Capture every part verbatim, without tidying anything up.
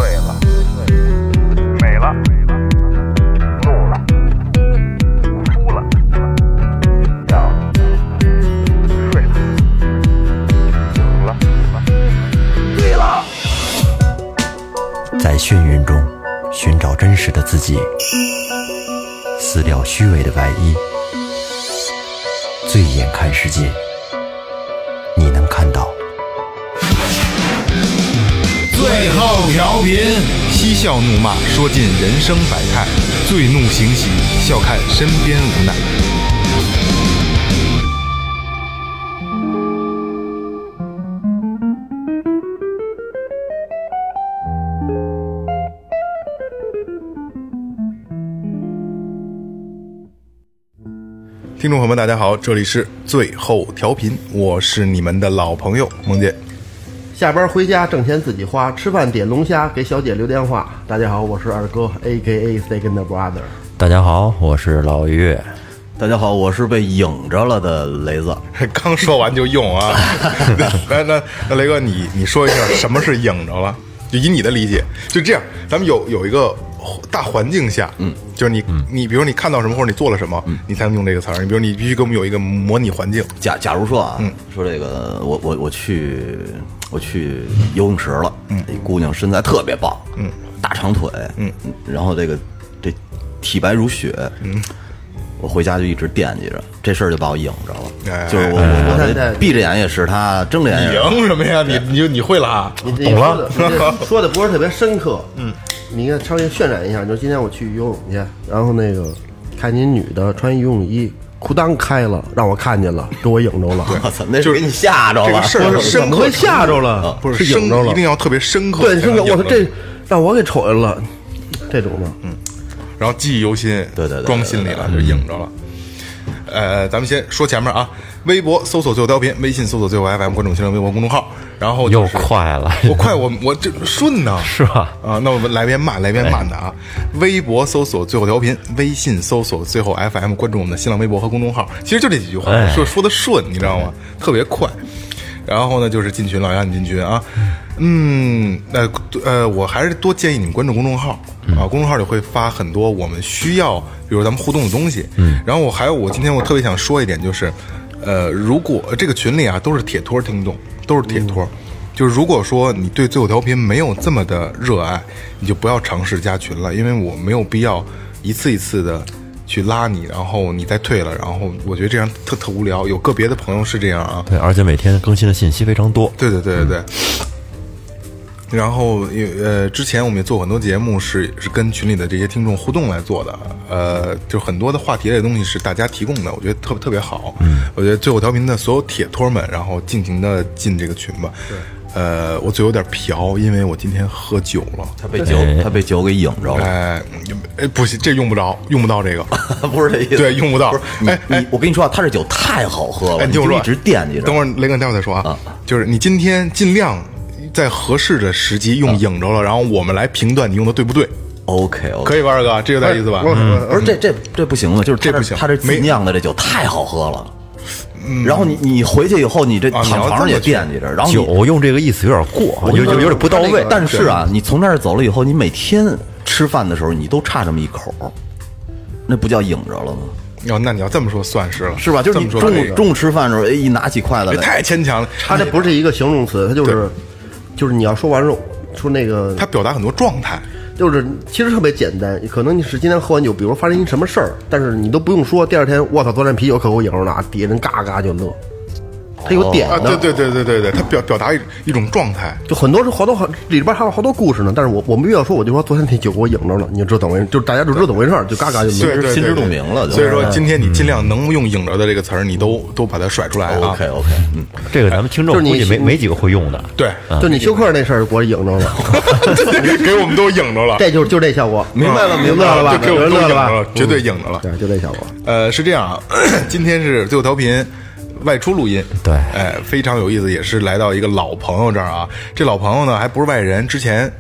醉了，美了，怒了，哭了，笑了，睡了，醒了，醉了。 在眩晕中寻找真实的自己，撕掉虚伪的外衣，醉眼看世界，你能看到。 最后调频，嬉笑怒骂，说尽人生百态，醉怒行喜，笑看身边无奈。听众朋友们大家好，这里是最后调频，我是你们的老朋友孟姐。 下班回家挣钱自己花，吃饭点龙虾给小姐留电话。大家好，我是二哥 A K A Second Brother。 大家好，我是老岳。 大家好，我是被影着了的雷子。 刚说完就用啊。那那那雷哥，你你说一下什么是影着了，就以你的理解。就这样，咱们有有一个大环境下，嗯，就是你、嗯、你比如你看到什么或者你做了什么、嗯、你才能用这个词儿。你比如你必须给我们有一个模拟环境。 假假如说啊、嗯、说这个我我我去我去游泳池了，嗯，一姑娘身材特别棒，嗯，大长腿，嗯，然后这个这体白如雪，嗯，我回家就一直惦记着这事儿，就把我影着了。哎、就是我、哎、我我闭着眼也是他，睁着眼也是。 影什么呀？你你就你会了啊？ 懂了。说的不是特别深刻，嗯。你看，稍微渲染一下，就今天我去游泳去，然后那个看见女的穿游泳衣，裤裆开了，让我看见了，给我影着了。 我操，那是给你吓着了。 这个事儿怎么会吓着了？ 不是是影着了， 一定要特别深刻。 对，深刻。我操，这让我给瞅见了，这种的， 嗯，然后记忆犹新， 对对对， 装心里了，就影着了。呃，咱们先说前面啊，微博搜索最后调频，微信搜索最后 F M， 关注新浪微博公众号。然后、就是、 又快了， 我快，我我这顺呢， 是吧？ 啊，那我们来遍慢，来遍慢的啊。微博搜索最后调频，微信搜索最后 F M， 关注我们的新浪微博和公众号。其实就这几句话，哎、说说的顺，你知道吗？特别快。然后呢，就是进群了，让你进群啊。嗯，呃呃，我还是多建议你们关注公众号、嗯、啊，公众号里会发很多我们需要，比如咱们互动的东西。嗯，然后我还有，我今天我特别想说一点，就是呃，如果这个群里啊都是铁托听众，都是铁托。嗯，就是如果说你对最后调频没有这么的热爱，你就不要尝试加群了，因为我没有必要一次一次的去拉你，然后你再退了，然后我觉得这样特特无聊。有个别的朋友是这样啊， 对，而且每天更新的信息非常多。 对对对对对。嗯、然后呃，之前我们也做很多节目是是跟群里的这些听众互动来做的，呃，就很多的话题类的东西是大家提供的，我觉得特别特别好。嗯，我觉得最后调频的所有铁托们，然后尽情的进这个群吧。对。呃，我嘴有点瓢，因为我今天喝酒了。 他被酒，他被酒给影着了。 哎，哎，不行，这用不着，用不到这个， 不是这意思。 对，用不到。 你哎你，我跟你说啊，他这酒太好喝了， 哎、你听我说， 一直惦记着。 等会儿雷哥待会儿再说啊，啊就是你今天尽量在合适的时机用影着了，啊、然后我们来评断你用的对不对。 OK OK， 可以吧，二哥，这有点意思吧？ 嗯、不是，这这这不行了，就是这不行，他这自酿的这酒太好喝了。嗯、然后你你回去以后，你这躺床上也惦记着，然后酒用这个意思有点过，有有有点不到位。 但是啊，你从那儿走了以后，你每天吃饭的时候，你都差这么一口，那不叫影着了吗？ 哦，那你要这么说算是了， 是吧？就是你中午中午吃饭的时候，哎，一拿起筷子来， 太牵强了。 他这不是一个形容词，他就是就是你要说完肉，说那个， 他表达很多状态。 就是其实特别简单，可能你是今天喝完酒，比如发生一什么事儿，但是你都不用说，第二天我操，昨天啤酒可给我影着呢，底下人嘎嘎就乐。他有点的、 哦啊，对对对对对对，他表表达一一种状态， 就很多是好多好里边还有好多故事呢。但是我我没必要说，我就说昨天那酒给我影着了，你就知道怎么回事，就是大家就知道怎么回事，就嘎嘎就对对对， 心知肚明了。 所以说今天你尽量能用影着的这个词儿，你都都把它甩出来啊。 OK OK， 嗯， 这个咱们听众估计没没几个会用的。 对， 就你休克那事儿给我影着了， 给我们都影着了， 这就就这效果， 明白了明白了吧？ 就给我们都影着了，绝对影着了。 对，就这效果。 呃，是这样啊，今天是最后调频。外出录音， 对， 哎，非常有意思，也是来到一个老朋友这儿啊。这老朋友呢，还不是外人，之前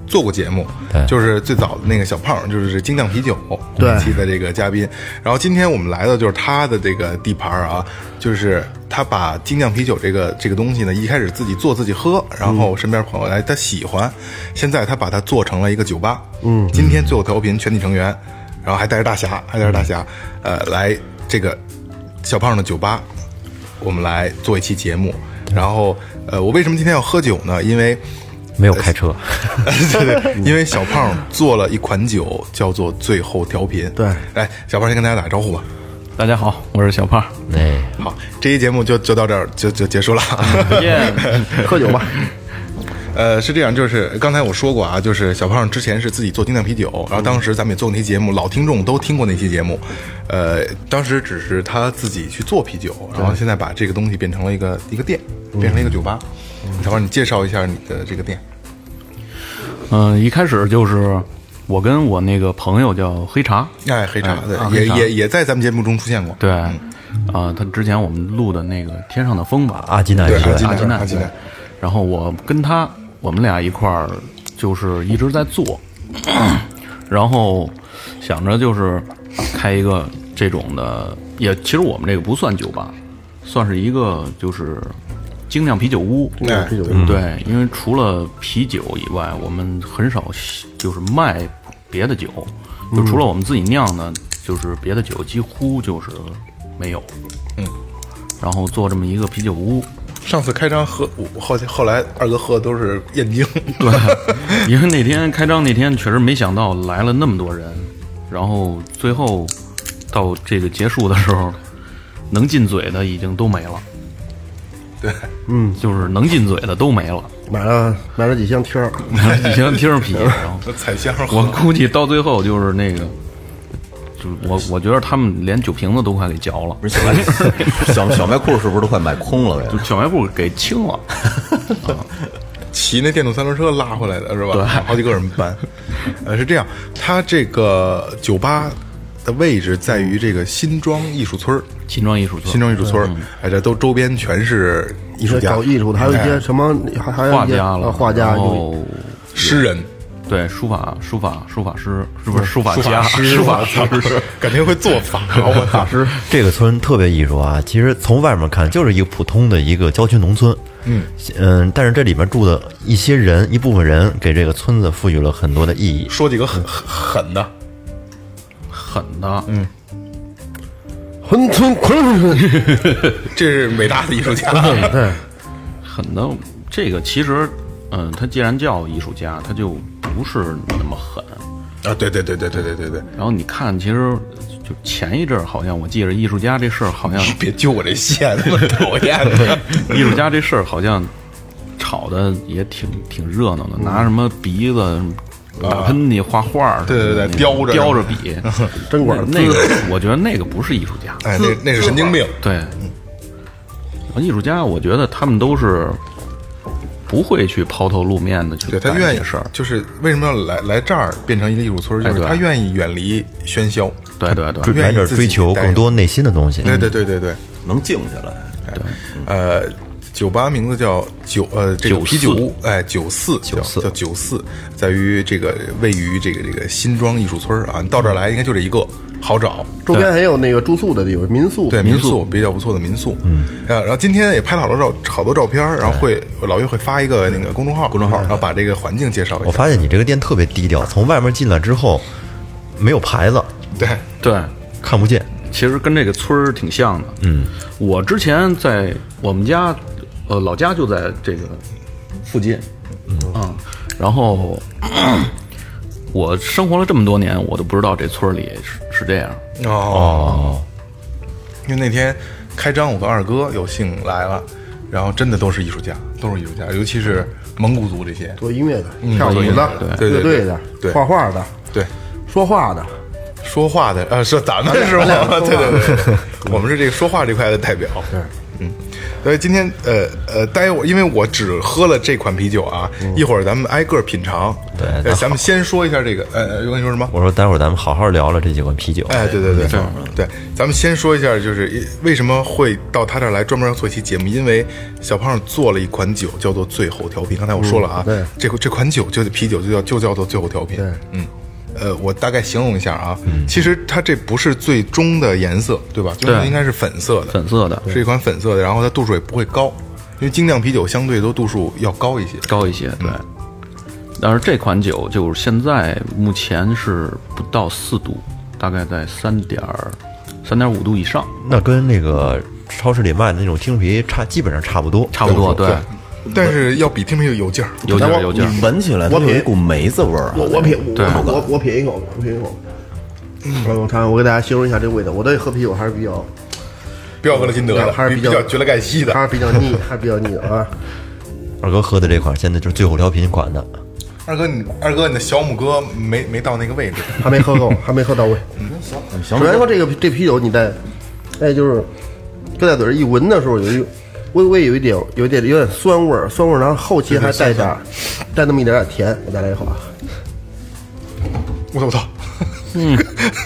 做过节目，就是最早的那个小胖，就是精酿啤酒对期的这个嘉宾。然后今天我们来的就是他的这个地盘啊，就是他把精酿啤酒这个这个东西呢，一开始自己做自己喝，然后身边朋友来他喜欢，现在他把它做成了一个酒吧。嗯，今天最后调频全体成员，然后还带着大侠，还带着大侠，呃，来这个小胖的酒吧，我们来做一期节目。然后，呃，我为什么今天要喝酒呢？因为没有开车， 对对，因为小胖做了一款酒，叫做最后调频。 对， 来，小胖先跟大家打个招呼吧。 大家好，我是小胖。 哎， 好，这期节目就就到这儿，就就结束了。 耶， 喝酒吧。 呃，是这样，就是刚才我说过啊，就是小胖之前是自己做精酿啤酒，然后当时咱们也做过那期节目，老听众都听过那期节目。呃，当时只是他自己去做啤酒，然后现在把这个东西变成了一个一个店，变成了一个酒吧。小胖，你介绍一下你的这个店。 嗯、呃，一开始就是我跟我那个朋友叫黑茶， 哎，黑茶， 哎对， 啊黑茶也也也在咱们节目中出现过。 对，啊、呃，他之前我们录的那个《天上的风》吧， 阿基奈对， 是吧阿基奈， 阿基奈阿基奈。 然后我跟他，我们俩一块儿就是一直在做，然后想着就是开一个这种的，也其实我们这个不算酒吧，算是一个就是精酿啤酒屋。 精酿啤酒屋对，因为除了啤酒以外，我们很少就是卖别的酒，就除了我们自己酿的，就是别的酒几乎就是没有。 嗯， 然后做这么一个啤酒屋。 上次开张喝，我后后来二哥喝的都是燕京。 对，因为那天开张那天确实没想到来了那么多人，然后最后到这个结束的时候，能进嘴的已经都没了。 对， 嗯，就是能进嘴的都没了， 买了买了几箱贴儿， 几箱贴儿啤，然后彩香喝。 我估计到最后就是那个。就是我，我觉得他们连酒瓶子都快给嚼了。 不是小卖小小卖库是不是都快买空了？ 就小卖部给清了，啊、 骑那电动三轮车拉回来的是吧？对，好几个人搬。呃，是这样，他这个酒吧的位置在于这个新庄艺术村新庄艺术村， 新庄艺术村，哎，这都周边全是艺术家， 搞艺术的，还有一些什么，还还有一些画家了， 画家， 然后诗人。 对，书法书法书法师是不是书法家？ 师， 书法师， 感觉会做法。我法师， 这个村特别艺术啊！其实从外面看就是一个普通的一个郊区农村，嗯嗯，但是这里面住的一些人，一部分人给这个村子赋予了很多的意义。 说几个狠狠的， 狠的，嗯， 混村混， 这是伟大的艺术家。 对， 狠的这个其实，嗯，他既然叫艺术家，他就不是那么狠啊！对对对对对对对对。 然后你看，其实就前一阵儿，好像我记着艺术家这事儿，好像别揪我这线，那么讨厌的。 艺术家这事儿好像吵的也挺挺热闹的，拿什么鼻子打喷嚏、画画， 对对对，叼着叼着笔， 针管那个，我觉得那个不是艺术家， 哎，那那是神经病。 对，艺术家，我觉得他们都是。不会去抛头露面的去对他愿意事儿， 就是为什么要来来这儿变成一个艺术村，就是他愿意远离喧嚣， 对对对， 来这儿追求更多内心的东西。 对对对对对， 能静下来。 对，呃，酒吧名字叫酒呃这个啤酒屋，哎，九四九四叫九四，在于这个位于这个这个新庄艺术村啊，你到这儿来应该就这一个。好找， 周边还有那个住宿的地方，民宿， 对民宿比较不错的民宿，嗯，然后今天也拍了好多照好多照片，然后会老岳会发一个那个公众号，公众号，然后把这个环境介绍一下。 我发现你这个店特别低调，从外面进来之后没有牌子， 对对， 看不见。 其实跟这个村儿挺像的，嗯，我之前在我们家，呃，老家就在这个附近，嗯，嗯然后。我生活了这么多年，我都不知道这村里是是这样哦。因为那天开张，我跟二哥有幸来了，然后真的都是艺术家，都是艺术家，尤其是蒙古族这些做音乐的、跳舞的、 对乐队的、 对画画的、 对说话的、 说话的，呃，说咱们是吗？对对对，我们是这个说话这块的代表。对，嗯， 所以今天呃呃，待会儿因为我只喝了这款啤酒啊，一会儿咱们挨个品尝。 对呃，咱们先说一下这个，呃，我跟你说什么？ 我说待会儿咱们好好聊聊这几款啤酒。 哎，对对对，对，咱们先说一下，就是为什么会到他这儿来专门做一期节目，因为小胖做了一款酒叫做最后调频。刚才我说了啊， 对， 这这款酒就啤酒就叫就叫做最后调频。 对， 嗯。呃，我大概形容一下啊，其实它这不是最终的颜色，对吧？最终应该是粉色的， 粉色的， 是一款粉色的，然后它度数也不会高，因为精酿啤酒相对都度数要高一些， 高一些，对。但是这款酒就是现在目前是不到四度，大概在三点三点五度以上， 那跟那个超市里卖的那种听啤差，基本上差不多， 差不多，对。 但是要比听啤酒有劲儿， 有劲儿，有劲儿。 你闻起来它有一股梅子味儿。 我我品， 对我我我品一口，我品一口。嗯，我尝，我给大家形容一下这个味道。我对喝啤酒还是比较， 比较格勒金德的， 还是比较绝了盖西的， 还是比较腻，还是比较腻的啊。 二哥喝的这款现在就是最后调频款的。 二哥，你二哥，你的小拇哥没没到那个位置， 还没喝够，还没喝到位。首先说这个这啤酒，你在，哎，就是搁在嘴里一闻的时候，有一微微有一点，有一点有点酸味儿，酸味儿，然后后期还带点，带那么一点点甜。我再来一口啊！ 我操我操！ 嗯，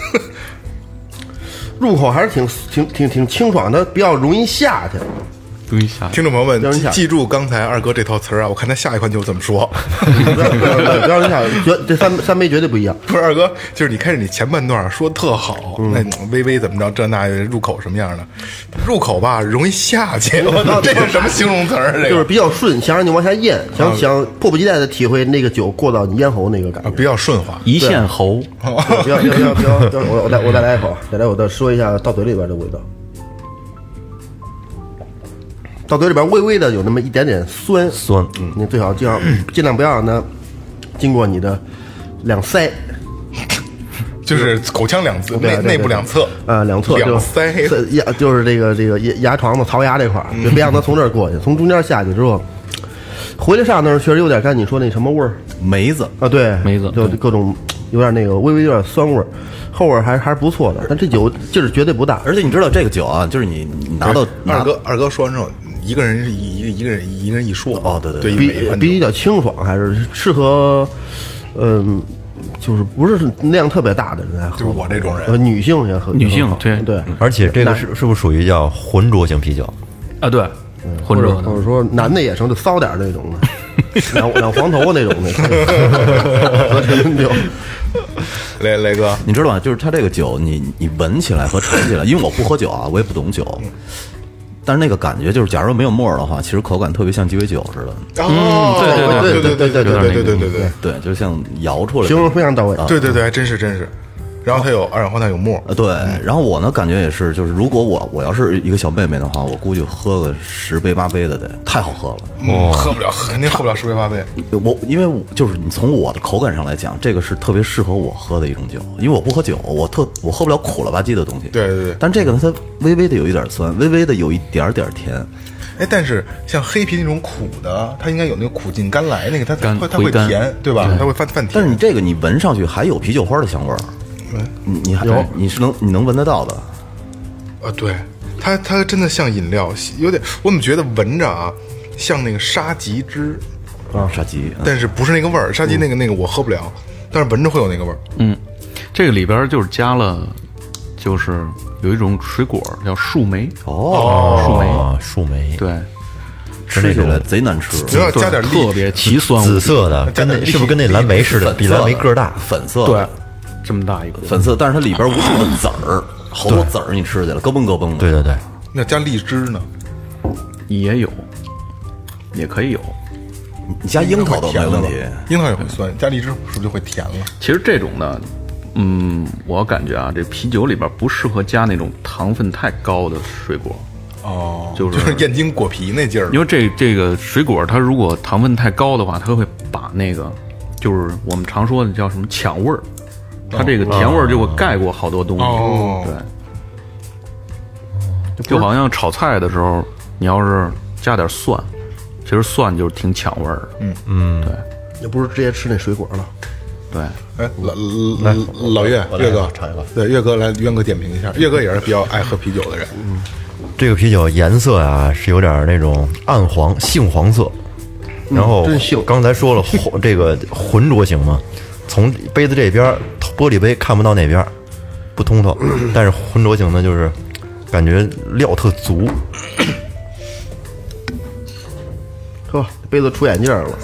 入口还是挺挺挺挺清爽的，比较容易下去。 注意一下， 听众朋友们，记记住刚才二哥这套词儿啊！我看他下一款酒怎么说。 不要不要不要下，绝这三三杯绝对不一样。 不是二哥，就是你开始你前半段说特好，那微微怎么着这那入口什么样的？入口吧容易下去，我操，这是什么形容词儿？这就是比较顺，想让你往下咽，想想迫不及待的体会那个酒过到你咽喉那个感觉， 比较顺滑， 一线喉。 不要不要不要不要！我我再我再来一口，再来我再说一下到嘴里边的味道。到嘴里边微微的有那么一点点酸酸， 嗯，你最好尽量尽量不要让它经过你的两腮， 就是口腔两侧，内内部两侧， 啊，两侧两腮牙就是这个这个牙牙床子槽牙这块儿，别别让它从这儿过去，从中间下去之后，回来上那儿确实有点刚你说那什么味儿， 梅子啊，对， 梅子就各种有点那个微微有点酸味儿，后味儿还还是不错的，但这酒劲儿绝对不大， 而且你知道这个酒啊，就是你你拿到二哥二哥说完之后。一个人是一一个人一个人一说哦，对对对， 比比较清爽，还是适合，嗯，就是不是那样特别大的人来喝， 就是我这种人， 呃，女性也喝， 女性对对， 而且这个是是不是属于叫浑浊型啤酒啊？对，浑浊的， 或者说男的也成就骚点那种的，两两黄头那种的，喝这酒。 雷雷哥， 你知道吗？就是它这个酒，你你闻起来和尝起来，因为我不喝酒啊，我也不懂酒。但是那个感觉就是，假如没有沫儿的话，其实口感特别像鸡尾酒似的。 哦， 对对对对对对对对对对对对对，就像摇出来， 形容非常到位。 对对对，还真是真是。然后它有，然后它有沫呃，对。然后我呢，感觉也是，就是如果我我要是一个小妹妹的话，我估计喝个十杯八杯的得，太好喝了。 哦，喝不了，肯定喝不了十杯八杯。 我因为我就是你从我的口感上来讲，这个是特别适合我喝的一种酒，因为我不喝酒，我特我喝不了苦了吧唧的东西。 对对对。 但这个呢，它微微的有一点酸，微微的有一点点甜。 哎，但是像黑啤那种苦的，它应该有那个苦尽甘来，那个它会它会甜，对吧？它会泛泛甜。 但是你这个你闻上去还有啤酒花的香味儿。你你还有你是能你能闻得到的， 啊，对，它它真的像饮料，有点我怎么觉得闻着啊，像那个沙棘汁啊，沙棘， 但是不是那个味儿，沙棘那个那个我喝不了，但是闻着会有那个味儿。 嗯，这个里边就是加了，就是有一种水果叫树莓哦， 树莓啊，树莓， 对， 吃起来贼难吃， 只要加点特别奇酸， 紫色的，跟那是不是跟那蓝莓似的？比蓝莓个儿大， 粉色， 对。这么大一个粉色，但是它里边无数的籽儿，好多籽儿，你吃去了，咯嘣咯嘣的。 对对对， 那加荔枝呢？ 也有，也可以有。 你加樱桃都没问题， 樱桃也会酸，加荔枝是不是就会甜了？ 其实这种呢，嗯，我感觉啊，这啤酒里边不适合加那种糖分太高的水果。 哦， 就是就是燕京果皮那劲儿。 因为这这个水果它如果糖分太高的话，它会把那个就是我们常说的叫什么抢味儿。它这个甜味儿就会盖过好多东西， 哦、 对，就好像炒菜的时候，你要是加点蒜，其实蒜就是挺抢味儿的， 嗯嗯， 对， 也不是直接吃那水果了， 对。 哎，老老老岳岳哥尝一个， 对岳哥来，岳哥点评一下，岳哥也是比较爱喝啤酒的人，嗯， 这个啤酒颜色啊是有点那种暗黄杏黄色，然后真杏刚才说了浑这个浑浊型嘛，从杯子这边玻璃杯看不到那边不通透，但是浑浊型呢就是感觉料特足。 呵，杯子出眼镜了。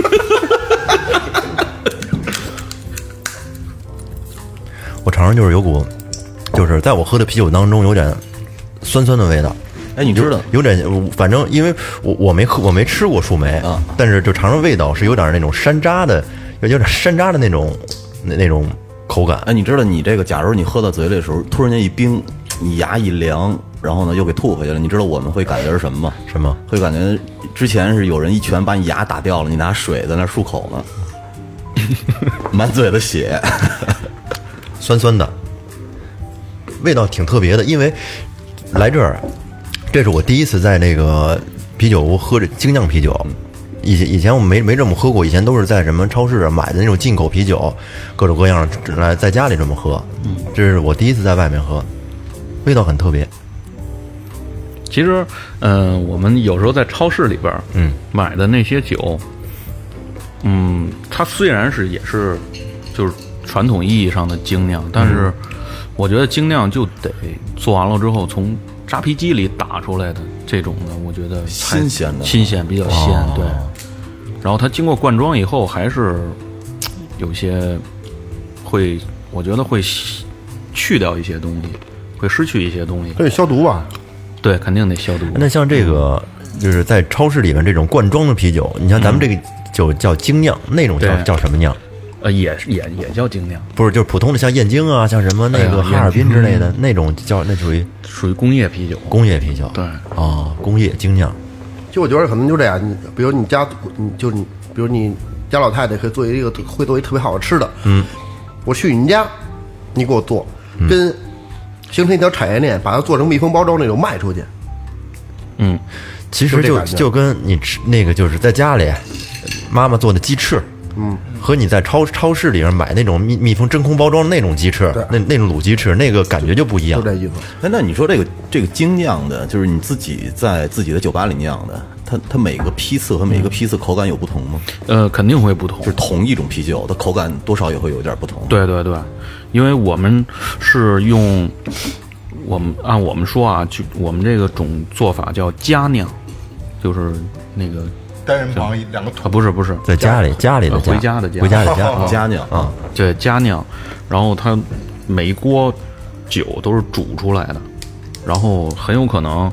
我尝尝就是有股，就是在我喝的啤酒当中有点酸酸的味道。 哎，你知道有点，反正因为我我没喝，我没吃过树莓啊， 但是就尝尝味道是有点那种山楂的，有点山楂的那种那那种口感。 哎，你知道你这个，假如你喝到嘴里的时候，突然间一冰，你牙一凉，然后呢又给吐回去了，你知道我们会感觉是什么吗？ 什么？ 会感觉之前是有人一拳把你牙打掉了，你拿水在那漱口呢，满嘴的血， 酸酸的，味道挺特别的。因为来这儿，这是我第一次在那个啤酒屋喝这精酿啤酒。以前以前我没没这么喝过，以前都是在什么超市买的那种进口啤酒，各种各样来在家里这么喝。嗯，这是我第一次在外面喝，味道很特别。 其实，嗯、呃，我们有时候在超市里边， 嗯， 买的那些酒，嗯，它虽然是也是就是传统意义上的精酿，但是我觉得精酿就得做完了之后从扎啤机里打出来的这种的，我觉得新鲜的， 新鲜比较鲜， 哦、 对。然后它经过灌装以后，还是有些会，我觉得会去掉一些东西，会失去一些东西。 得消毒吧？ 对，肯定得消毒。 那像这个就是在超市里面这种灌装的啤酒，你像咱们这个酒叫精酿，那种叫叫什么酿？ 呃，也也也叫精酿， 不是，就是普通的，像燕京啊，像什么那个哈尔滨之类的、哎、那种叫那属于属于工业啤酒。 工业啤酒， 对， 哦，工业精酿。 就我觉得可能就这样，你比如你家，你就你，比如你家老太太可以做一个会做一特别好吃的， 嗯， 我去你家，你给我做，跟形成一条产业链，把它做成密封包装那种卖出去。 嗯， 其实就就跟你吃那个就是在家里妈妈做的鸡翅。嗯，和你在超超市里面买那种密密封真空包装那种鸡翅，那那种卤鸡翅，那个感觉就不一样。 就这意思。 哎，那你说这个这个精酿的，就是你自己在自己的酒吧里酿的，它它每个批次和每个批次口感有不同吗？ 呃，肯定会不同。 就是同一种啤酒，它口感多少也会有点不同。 对对对，因为我们是用我们按我们说啊，就我们这个种做法叫家酿，就是那个。 单人旁两个桶啊，不是不是， 在家里家里的回家的家， 回家的家家酿啊， 对家酿，然后它每一锅酒都是煮出来的，然后很有可能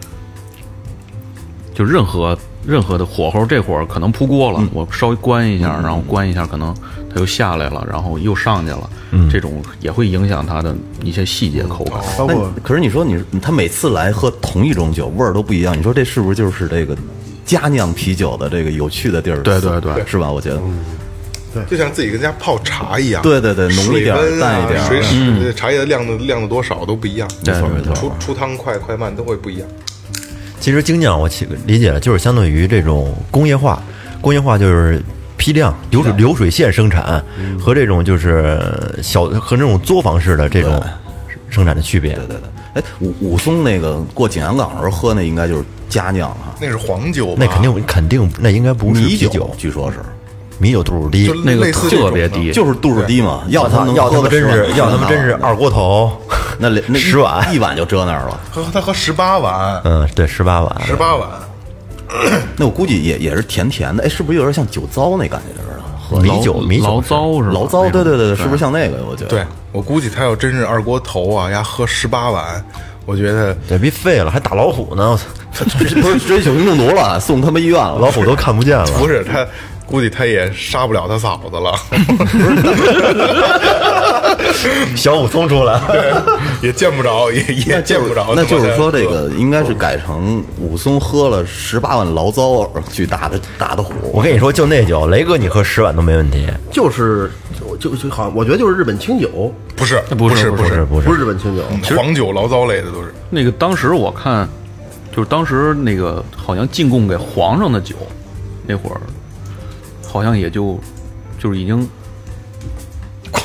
就任何任何的火候，这会儿可能扑锅了，嗯、我稍微关一下，然后关一下，可能它又下来了，然后又上去了，嗯、这种也会影响它的一些细节口感。 包括可是你说你他每次来喝同一种酒，味儿都不一样，你说这是不是就是这个？家酿啤酒的这个有趣的地儿， 对对对， 是吧？我觉得， 嗯、对， 就像自己跟家泡茶一样， 对对对，浓一点、淡一点， 水水、 嗯、 茶叶的量的量的多少都不一样， 没错没错， 出出汤快快慢都会不一样。 其实精酿我理解了，就是相当于这种工业化，工业化就是批量流水流水线生产、嗯、和这种就是小和这种作坊式的这种生产的区别。 对对对。哎，武武松那个过景阳冈的时候喝那应该就是家酿哈， 那是黄酒吧， 那肯定肯定那应该不是啤酒，据说是米酒度数低， 那个特别低， 就是度数低嘛。要他们要他们真是要他们真是二锅头， 那那十碗一碗就遮那儿了。 喝他喝十八碗， 嗯，对，十八碗， 十八碗。 那我估计也也是甜甜的，哎，是不是有点像酒糟那感觉似的？ 米酒米酒醪糟是吧？ 醪糟，对对对对，是不是像那个？我觉得， 对我估计他要真是二锅头啊，呀，喝十八碗，我觉得这别废了，还打老虎呢！我操， 不是追酒精中毒了，送他们医院了， 老虎都看不见了。 不是他，估计他也杀不了他嫂子了。 小武松出来， 对，也见不着，也也见不着。 那就是说，这个应该是改成武松喝了十八碗醪糟去打的打的虎。 我跟你说，就那酒，雷哥你喝十碗都没问题。 就是就就好，我觉得就是日本清酒， 不是不是不是不是不是日本清酒， 黄酒、醪糟类的都是。 那个当时我看，就是当时那个好像进贡给皇上的酒，那会儿好像也就就是已经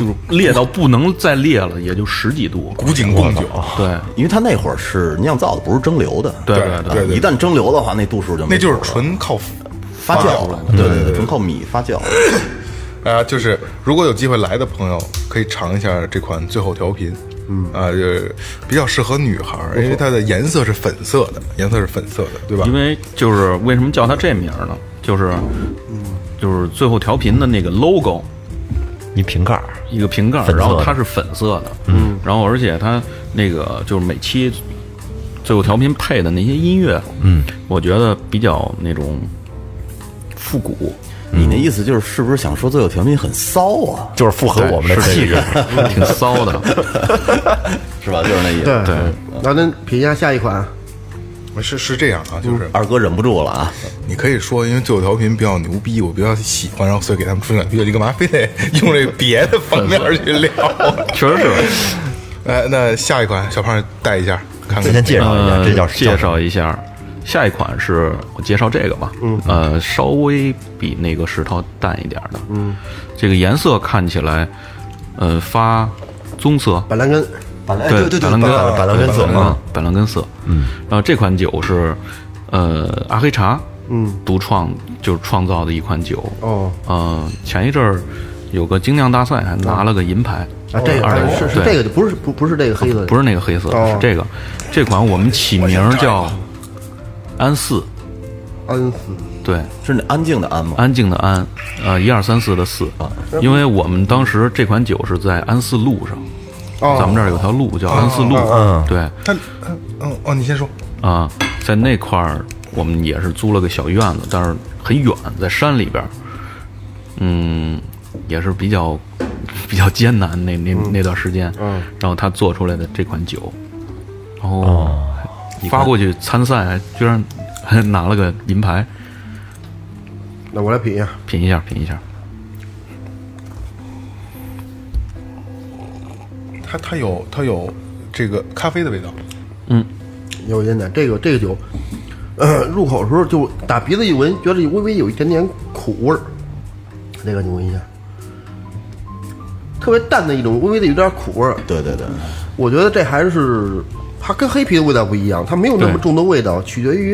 就是烈到不能再烈了，也就十几度。 古井贡酒， 对因为它那会儿是酿造的，不是蒸馏的。 对对对对一旦蒸馏的话，那度数就没那就是谱了纯靠发酵出来对对对，纯靠米发酵。 啊，就是如果有机会来的朋友，可以尝一下这款最后调频。嗯啊，就是比较适合女孩儿，因为它的颜色是粉色的，颜色是粉色的，对吧？ 因为就是为什么叫它这名儿呢？就是就是最后调频的那个 logo， 一瓶盖儿， 一个瓶盖儿， 粉色的然后它是粉色的，嗯，然后而且它那个就是每期最后调频配的那些音乐，嗯，我觉得比较那种复古。 你那意思就是是不是想说最后调频很骚啊？ 就是符合我们的气质。 挺骚的， 是吧？就是那意思。 对，那咱品一下下一款。 是是这样啊，就是二哥忍不住了啊！ 你可以说，因为最后调频比较牛逼，我比较喜欢，然后所以给他们出选啤酒，你干嘛非得用这个别的方面去聊？ 确实是。 哎，那下一款小胖带一下，看看。 先介绍一下， 呃， 这叫介绍一下。下一款是我介绍这个吧，嗯，呃，稍微比那个石头淡一点的，嗯，这个颜色看起来，呃，发棕色， 板蓝根， 本来对对对板蓝根， 板蓝根色啊，板蓝根色，嗯，然后这款酒是，呃，阿黑茶，嗯，独创就是创造的一款酒， 哦， 呃，前一阵儿有个精酿大赛还拿了个银牌， 啊，这个二是是这个，不是不不是这个黑色的， 不是那个黑色， 哦是这个，这款我们起名叫安四， 安斯， 对， 是那安静的安吗？ 安静的安，呃，一二三四的四啊，因为我们当时这款酒是在安四路上， 哦咱们这儿有条路叫安四路， 嗯对， 他，嗯嗯哦，你先说。 啊，在那块儿我们也是租了个小院子，但是很远，在山里边儿，嗯，也是比较比较艰难那那那段时间， 嗯， 然后他做出来的这款酒，然后发过去参赛，居然还拿了个银牌， 那我来品一下， 品一下，品一下。 它它有它有这个咖啡的味道， 嗯， 有一点点这个这个酒，呃，入口的时候就打鼻子一闻，觉得微微有一点点苦味儿，那个你闻一下，特别淡的一种，微微的有点苦味儿。 对对对， 我觉得这还是它跟黑啤的味道不一样，它没有那么重的味道，取决于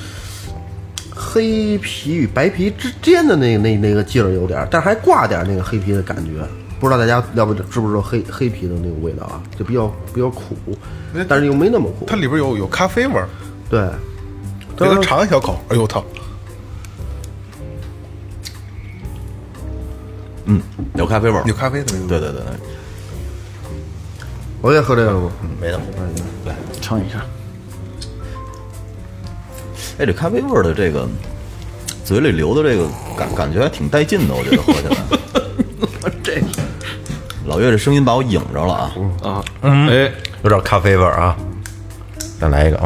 黑啤与白啤之间的那那那个劲儿有点，但是还挂点那个黑啤的感觉。不知道大家了不知不知道黑黑啤的那个味道啊，就比较比较苦，但是又没那么苦。 它里边有有咖啡味儿， 对， 给它尝一小口，哎呦我操！ 嗯，有咖啡味儿， 有咖啡的味道。 对对对对， 我也喝这个了吗？ 没的。 来尝一下。 哎，这咖啡味儿的这个嘴里流的这个感感觉还挺带劲的，我觉得喝起来。 这老岳这声音把我引着了啊！ 啊，嗯，哎， 有点咖啡味儿啊。再来一个啊！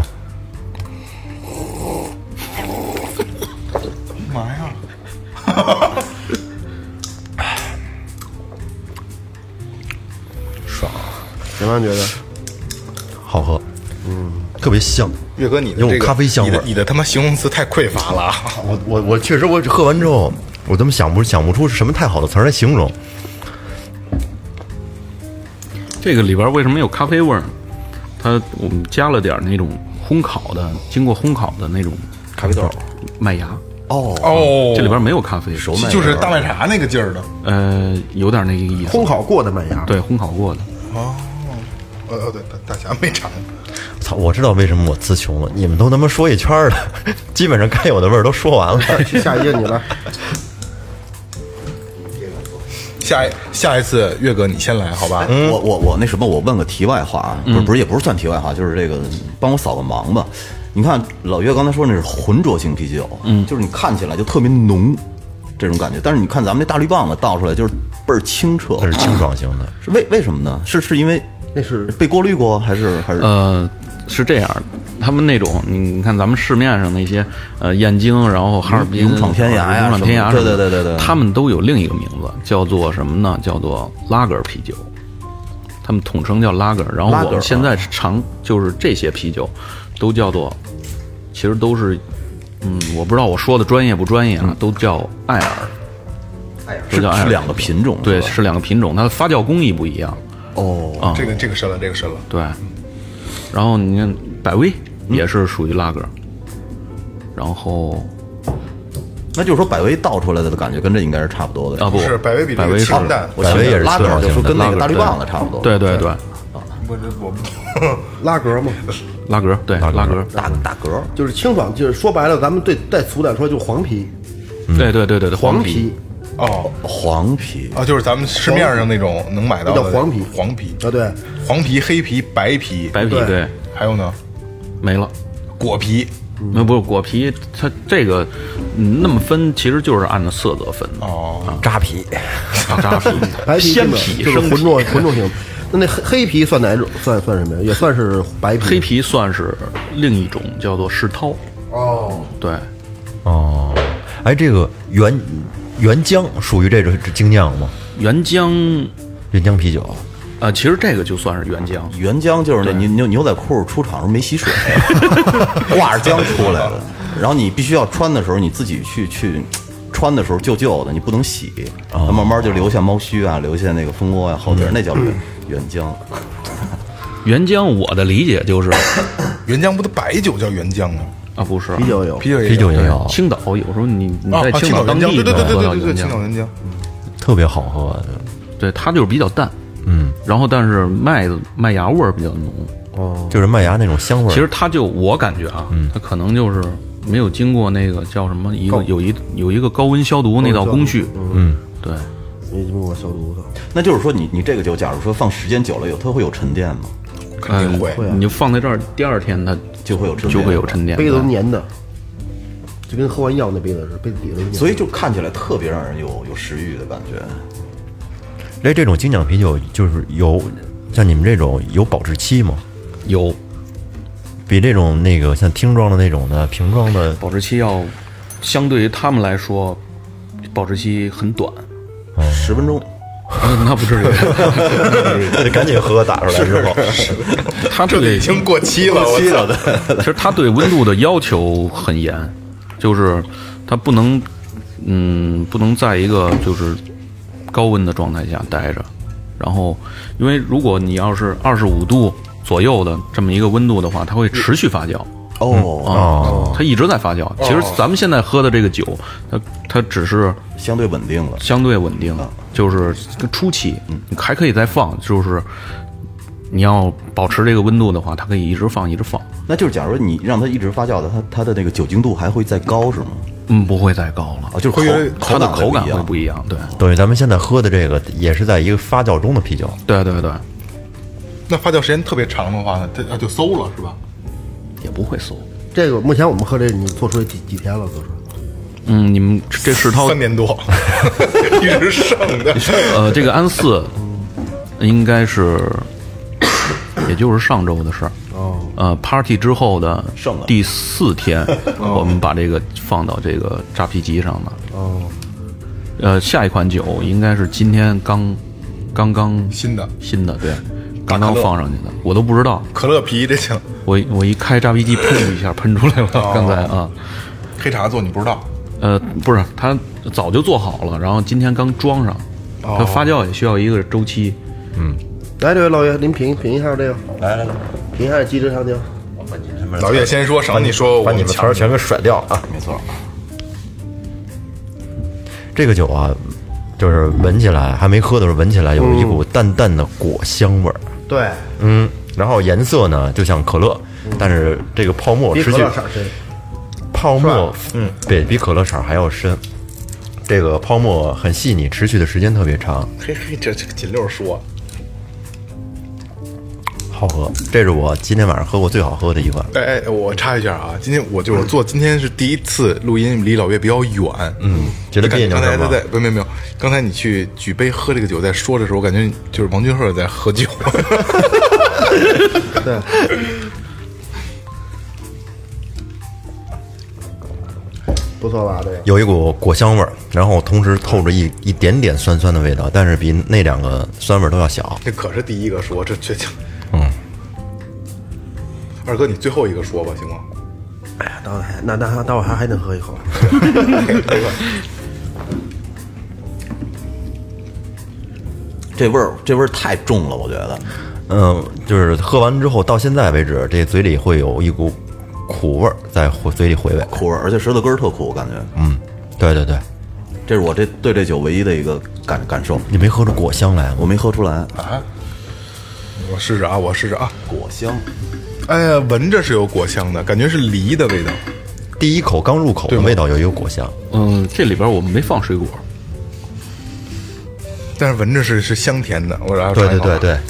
干嘛呀？ 爽， 怎么样觉得？ 好喝，嗯，特别香。 岳哥，你的有这个咖啡香味儿你的你的他妈形容词太匮乏了啊！ 我我我确实，我喝完之后，我怎么想不想不出什么太好的词儿来形容。 这个里边为什么有咖啡味儿？它我们加了点那种烘烤的，经过烘烤的那种咖啡豆， 麦芽。 哦哦， 这里边没有咖啡， 熟麦就是大麦茶那个劲儿的。 呃，有点那个意思。 烘烤过的麦芽， 对，烘烤过的。 哦，呃呃，对，大侠没尝。 操！我知道为什么我词穷了，你们都他妈说一圈儿了，基本上该有的味儿都说完了。 下一页你来。 下一下一次，岳哥你先来，好吧？ 我我我那什么，我问个题外话啊，不是不是也不是算题外话，就是这个帮我扫个盲吧。你看老岳刚才说那是浑浊性啤酒，嗯，就是你看起来就特别浓这种感觉，但是你看咱们这大绿棒子倒出来就是倍儿清澈， 它是清爽型的， 是为为什么呢？是是因为那是被过滤过，还是还是呃，是这样，他们那种你你看咱们市面上那些呃燕京，然后哈尔滨、 勇闯天涯呀勇闯天涯什么的什么的， 对对对对对他们都有另一个名字，叫做什么呢？叫做拉格啤酒，他们统称叫拉格。然后拉格我们现在是常就是这些啤酒都叫做，其实都是嗯，我不知道我说的专业不专业啊，都叫艾尔。 艾尔都叫艾尔是两个品种， 对， 是吧是两个品种，它的发酵工艺不一样。 哦， 啊， 这个这个深了，这个深了。 对。然后你看百威也是属于拉格，然后那就是说百威倒出来的感觉跟这应该是差不多的啊不是百威比这个百威是清淡， 我想百威也是拉格就说跟那个大绿拉格棒子差不多， 对对对， 不是我们拉格嘛， 拉格对拉格， 大大格， 就是清爽，就是说白了，咱们对再粗点说，就是黄皮， 对对对对对皮黄皮哦黄皮啊，就是咱们市面上那种能买到的那叫黄皮黄皮啊，对， 黄皮、黑皮、白皮， 对白皮对还有呢没了。 果皮那不是果皮，它这个嗯那么分，其实就是按照色泽分的。 哦， 扎皮， 啊扎皮、 白皮鲜基本皮、生就是浑浊皮。 浑浊型。那那黑黑皮算哪种？算算什么呀？也算是白皮。 黑皮算是另一种，叫做世涛。 哦， 对， 哦，哎，这个原原浆属于这种精酿吗？ 原浆原浆啤酒， 呃，其实这个就算是原浆。 原浆就是那牛牛牛仔裤出厂时候没洗水，挂着浆出来了，然后你必须要穿的时候你自己去去穿的时候旧旧的，你不能洗，它慢慢就留下猫须啊，留下那个蜂窝啊后边，那叫原原浆。 原浆我的理解就是原浆不的白酒叫原浆吗？ 啊，不是啤酒有啤酒也啤酒也有， 青岛有时候你你啊啊在青岛当原浆， 地对对对能喝到对对对， 原浆， 青岛原浆。 特别好喝。 对它就是比较淡， 嗯， 然后但是麦子麦芽味儿比较浓。 哦， 就是麦芽那种香味儿。 其实它就我感觉啊，它可能就是没有经过那个叫什么一个有一有一个高温消毒那道工序。 嗯， 对， 没经过消毒的。 那就是说你你这个酒，假如说放时间久了以后，它会有沉淀吗？ 肯定会。 你就放在这儿，第二天它就会有沉淀， 就会有沉淀。 杯子都粘的，就跟喝完药那杯子似的，杯子底下都粘的。 所以就看起来特别让人有有食欲的感觉。 哎，这种精酿啤酒就是有像你们这种有保质期吗？ 有比这种那个像听装的那种的瓶装的保质期要相对于他们来说，保质期很短。 十分钟， 嗯那不至于， 赶紧喝，打出来之后， 它这个已经过期了， 期了我操！ 的。 其实它对温度的要求很严，就是它不能，嗯，不能在一个就是高温的状态下待着。然后，因为如果你要是二十五度左右的这么一个温度的话，它会持续发酵。 哦， 啊，它一直在发酵。其实咱们现在喝的这个酒，它它只是相对稳定了。 相对稳定，就是初期，你还可以再放，就是你要保持这个温度的话，它可以一直放一直放。 那就是假如你让它一直发酵的，它它的那个酒精度还会再高是吗？ 嗯，不会再高了啊，就是会有口它的口感会会不一样。 不一样。对， 等于咱们现在喝的这个也是在一个发酵中的啤酒。 对对对， 那发酵时间特别长的话呢，它它就馊了是吧？ 也不会馊。 这个目前我们喝这，你做出来几几天了？都是嗯，你们这世涛三年多，一直剩的。 呃，这个安四应该是，也就是上周的事儿。 哦， 呃，party 之后的剩了第四天，我们把这个放到这个扎啤机上的。 哦， 呃，下一款酒应该是今天刚刚刚新的新的，对，刚刚放上去的，我都不知道。 可乐啤这行， 我我一开扎啤机，噗一下喷出来了，刚才啊。 黑茶做你不知道。 呃，不是，它早就做好了，然后今天刚装上。它发酵也需要一个周期。 来，这位老爷，您品品一下这个， 来来来， 品一下鸡汁香蕉。 老岳先说，省得你说把你们词儿全给甩掉啊！ 没错， 这个酒啊，就是闻起来还没喝的时候，闻起来有一股淡淡的果香味儿。 对， 嗯，然后颜色呢就像可乐，但是这个泡沫比可持续乐色深。 泡沫，嗯，对比可乐色还要深。这个泡沫很细腻，持续的时间特别长， 嘿嘿，这这个锦六说， 好喝。这是我今天晚上喝过最好喝的一款。 哎哎，我插一下啊，今天我就是做，今天是第一次录音，离老岳比较远，嗯， 觉得别扭是吗刚才他在，没有没有没有，刚才你去举杯喝这个酒，在说的时候，我感觉就是王俊鹤在喝酒。 对，不错吧？这个有一股果香味儿，然后同时透着一一点点酸酸的味道，但是比那两个酸味儿都要小。 这可是第一个说，这这这， 嗯， 二哥你最后一个说吧，行吗？ 哎呀，待会儿还那那待会儿还还能喝一口。 这味儿这味儿太重了，我觉得。 嗯，就是喝完之后到现在为止，这嘴里会有一股苦味儿在嘴里回味， 苦味儿，而且舌头根儿特苦，感觉。 嗯，对对对， 这是我这对这酒唯一的一个感感受。 你没喝出果香来吗？ 我没喝出来啊。我试试啊，我试试啊， 果香。 哎呀，闻着是有果香的，感觉是梨的味道。 第一口刚入口的味道有一个果香。 嗯，这里边我们没放水果， 但是闻着是是香甜的。我然后对对对对。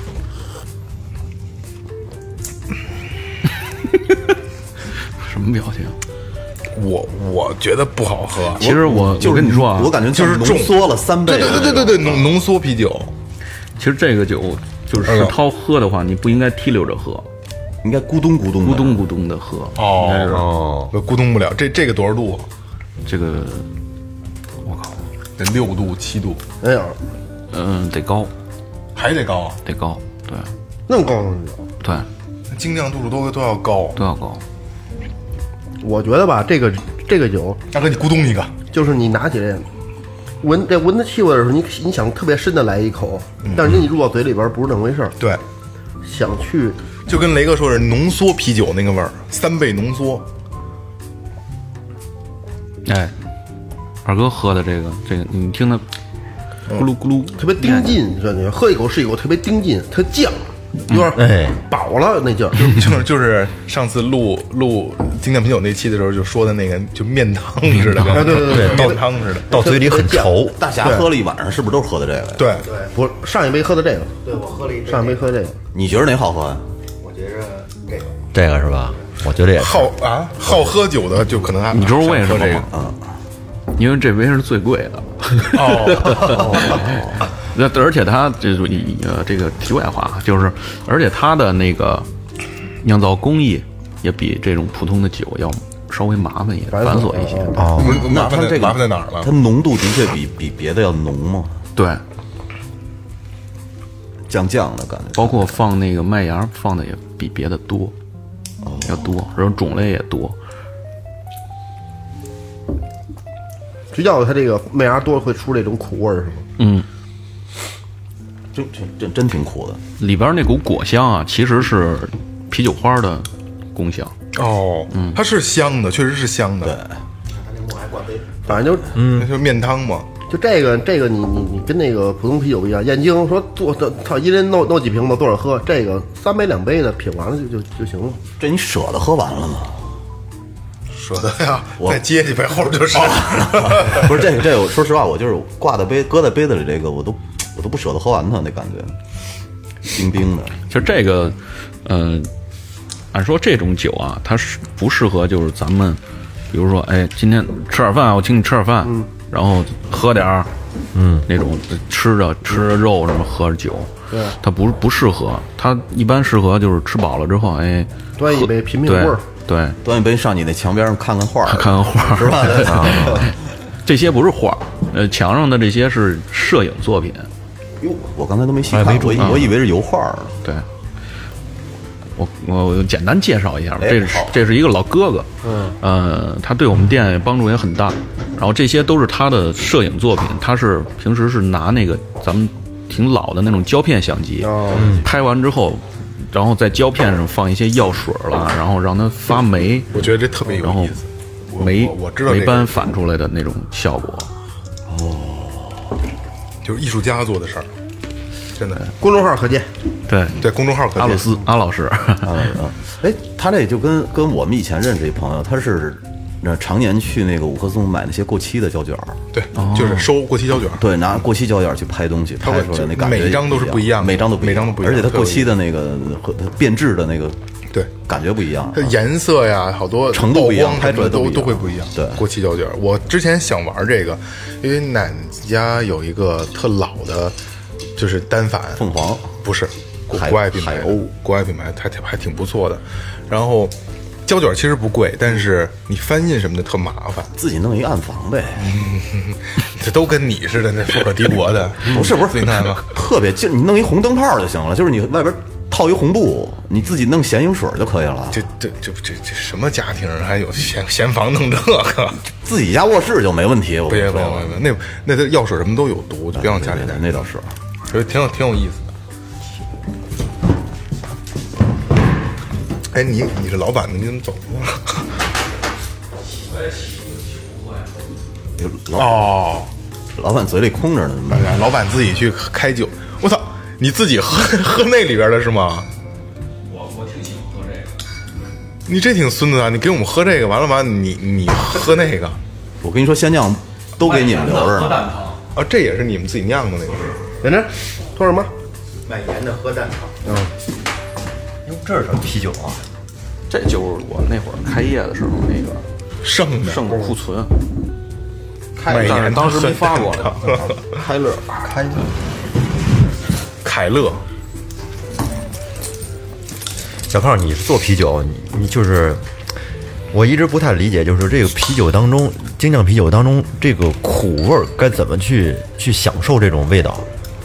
什么表情？ 我我觉得不好喝。 其实我就我跟你说啊， 我感觉就是浓缩了三倍。 对对对对对，浓浓缩啤酒。 其实这个酒就是世涛喝的话，你不应该提溜着喝， 应该咕咚咕咚咕咚咕咚的喝。 哦应该是哦， 咕咚不了。这这个多少度？ 这个，我靠， 得六度七度， 哎呀， 嗯，得高， 还得高啊。 得高，对那么高呢？ 对， 精酿度数都都要高。 都要高。 我觉得吧，这个这个酒大哥，你咕咚一个。 就是你拿起来闻这闻它气味的时候，你你想特别深的来一口，但是你入到嘴里边不是那么回事儿。 对， 想去就跟雷哥说是浓缩啤酒那个味儿，三倍浓缩。 哎，二哥喝的这个这个，你听它咕噜咕噜， 特别顶劲，你知道吗？喝一口是一口特别顶劲，特犟，有点哎饱了那劲儿。 就是就是上次录录精酿啤酒那期的时候就说的那个，就面汤似的， 对对对对面汤似的。 到嘴里很稠。 大侠喝了一晚上，是不是都是喝的这个呀？ 对， 不是上一杯喝的这个， 对我喝了一杯， 上一杯喝这个， 你觉得哪好喝呀？ 我觉着这个这个是吧？我觉得也是。 好啊，好喝酒的就可能还你知道为什么这个吗？啊，因为这杯是最贵的。 哦， 那而且它这个呃这个题外话就是，而且它的那个酿造工艺也比这种普通的酒要稍微麻烦一点、繁琐一些。 哦， 不是麻烦在那它这个麻烦在哪儿了它？浓度的确比比别的要浓吗？ 对， 酱酱的感觉。 包括放那个麦芽放的也比别的多，要多，然后种类也多。 只要它这个麦芽多会出这种苦味儿，是吗？ 嗯， 真真真真挺苦的。 里边那股果香啊，其实是啤酒花的功效。 哦，它是香的，确实是香的。 反正就嗯，那就是面汤嘛。 就这个这个你你你跟那个普通啤酒不一样，燕京说做的操一人弄弄几瓶子多少喝，这个三杯两杯的品完了就就就行了。 这你舍得喝完了吗？ 舍得呀，再接几杯后边就是。 不是这个这个，说实话，我就是挂在杯搁在杯子里，这个我都我都不舍得喝完它那感觉，冰冰的。 其实这个，呃，按说这种酒啊，它是不适合就是咱们，比如说，哎，今天吃点饭，我请你吃点饭，嗯，然后喝点儿，嗯，那种吃着吃着肉什么喝着酒， 对， 它不不适合，它一般适合就是吃饱了之后，哎， 端一杯品品味儿。 对， 端一杯上你那墙边上看看画儿， 看看画儿是吧？ 这些不是画儿，呃，墙上的这些是摄影作品。 哟，我刚才都没细看，我以哎没注意我以为是油画呢。 对，我我我简单介绍一下吧， 哎这是好这是一个老哥哥，嗯，呃，他对我们店帮助也很大。然后这些都是他的摄影作品，他是平时是拿那个咱们挺老的那种胶片相机，拍完之后，然后在胶片上放一些药水了，然后让它发霉， 我觉得这特别有然后意思。我霉我我知道这霉斑个反出来的那种效果。 就是艺术家做的事儿，真的。 公众号可见。 对， 对，公众号可见阿鲁斯阿老师， 啊，哎，他这就跟跟我们以前认识一朋友，他是那常年去那个五棵松买那些过期的胶卷儿， 对，就是收过期胶卷。 对，拿过期胶卷儿去拍东西， 它会拍出来那感觉每张都是不一样的每张都不一样每张都不一样而且它特有过期的那个和它变质的那个对， 感觉不一样它。颜色呀，好多程度不一样曝光什么的都拍出来都不一样都会不一样。 对过期胶卷，我之前想玩这个，因为奶奶家有一个特老的，就是单反凤凰不是国海国外品牌的， 海鸥国外品牌还挺还挺不错的。然后胶卷其实不贵，但是你翻印什么的特麻烦， 自己弄一暗房呗， 这都跟你似的，那富可敌国的， 不是不是自己看吧。 特别就你弄一红灯泡就行了，就是你外边套一红布，你自己弄显影水就可以了。 这这这这这什么家庭还有闲闲房弄这个？ 自己家卧室就没问题，我不跟你说行不行不行，那那它药水什么都有毒，就别往家里带。 那倒是。 觉得挺有挺有意思的。哎，你你是老板的，你怎么走了？ 老哦， 老板嘴里空着呢， 哎呀老板自己去开酒，我操，你自己喝喝那里边的是吗？ 我我挺喜欢喝这个。 你这挺孙子啊！你给我们喝这个，完了完了你你喝那个我跟你说，鲜酱都给你们留着呢。 喝蛋汤。 啊，这也是你们自己酿的那个。 在这说什么？ 卖盐的喝蛋汤。 哟，这是什么啤酒啊？ 这就是我那会儿开业的时候那个剩的剩库存， 每年但是当时没发过来。 开乐， 开的。 凯乐， 小胖，你是做啤酒，你你就是，我一直不太理解，就是这个啤酒当中，精酿啤酒当中这个苦味儿该怎么去去享受这种味道？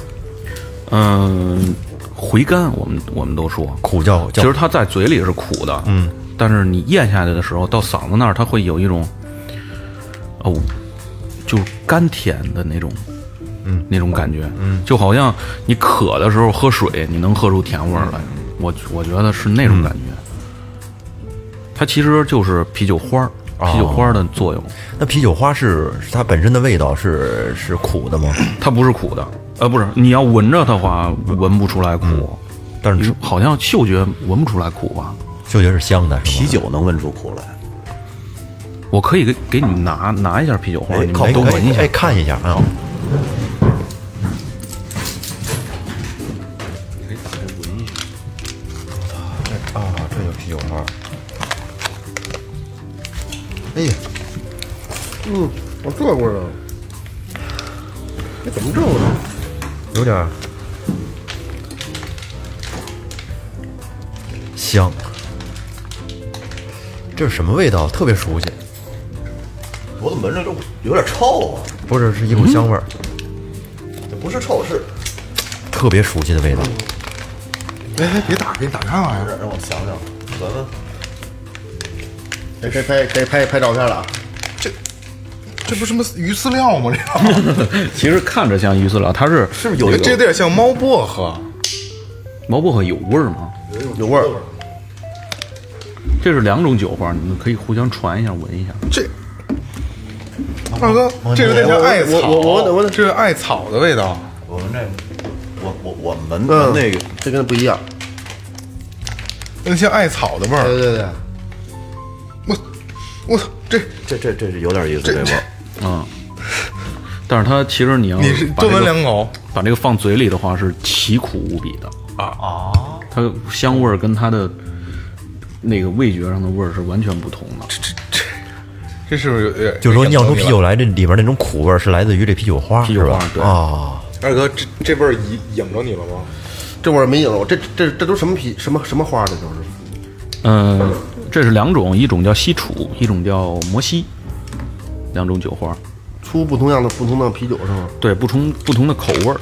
嗯，回甘，我们我们都说苦叫叫， 其实它在嘴里是苦的，嗯，但是你咽下去的时候，到嗓子那儿，它会有一种，哦，就是甘甜的那种，嗯，那种感觉，嗯，就好像你渴的时候喝水，你能喝出甜味儿来，我我觉得是那种感觉。它其实就是啤酒花儿，啤酒花的作用。 那啤酒花是它本身的味道是是苦的吗？ 它不是苦的，呃，不是，你要闻着的话，闻不出来苦， 嗯、但是好像嗅觉闻不出来苦吧？ 嗅觉是香的，是啤酒能闻出苦来。 我可以给给你们拿拿一下啤酒花， 哎、 你们都闻一下， 哎，看一下啊。 可以打开闻一下。 啊，这有啤酒花。 哎呀，嗯，我做过了，这怎么做的？ 有点香，这是什么味道？特别熟悉。 我怎么闻着就有点臭啊？ 不是，是一股香味儿， 这不是臭，是特别熟悉的味道。 哎哎，别打，给你打开玩意儿。 让我想想，闻闻。 可以拍可以拍拍照片了啊！ 这不是什么鱼饲料吗？这个其实看着像鱼饲料，它是是不是有这有点像猫薄荷。 毛薄荷有味儿吗？ 有味儿。 这是两种酒花，你们可以互相传一下，闻一下。 这二哥，这有点像艾草， 我我我我这是艾草的味道。 我闻这个，我我我闻闻那个， 这跟不一样。 那像艾草的味儿。 对对对， 我我操，这这这这是有点意思，这味儿。 嗯，但是它其实你要你是把这个多闻两口， 把这个放嘴里的话是奇苦无比的啊啊！它香味儿跟它的那个味觉上的味儿是完全不同的。 这这这是不是有点？ 就是说酿出啤酒来，这里边那种苦味儿是来自于这啤酒花， 啤酒花是吧？ 对啊， 二哥，这这味儿引引着你了吗？ 这味儿没有，这这这都什么皮什么什么花的都是。 嗯，这是两种，一种叫西楚，一种叫摩西，两种酒花， 出不同样的不同的啤酒是吗？ 对，不同不同的口味儿。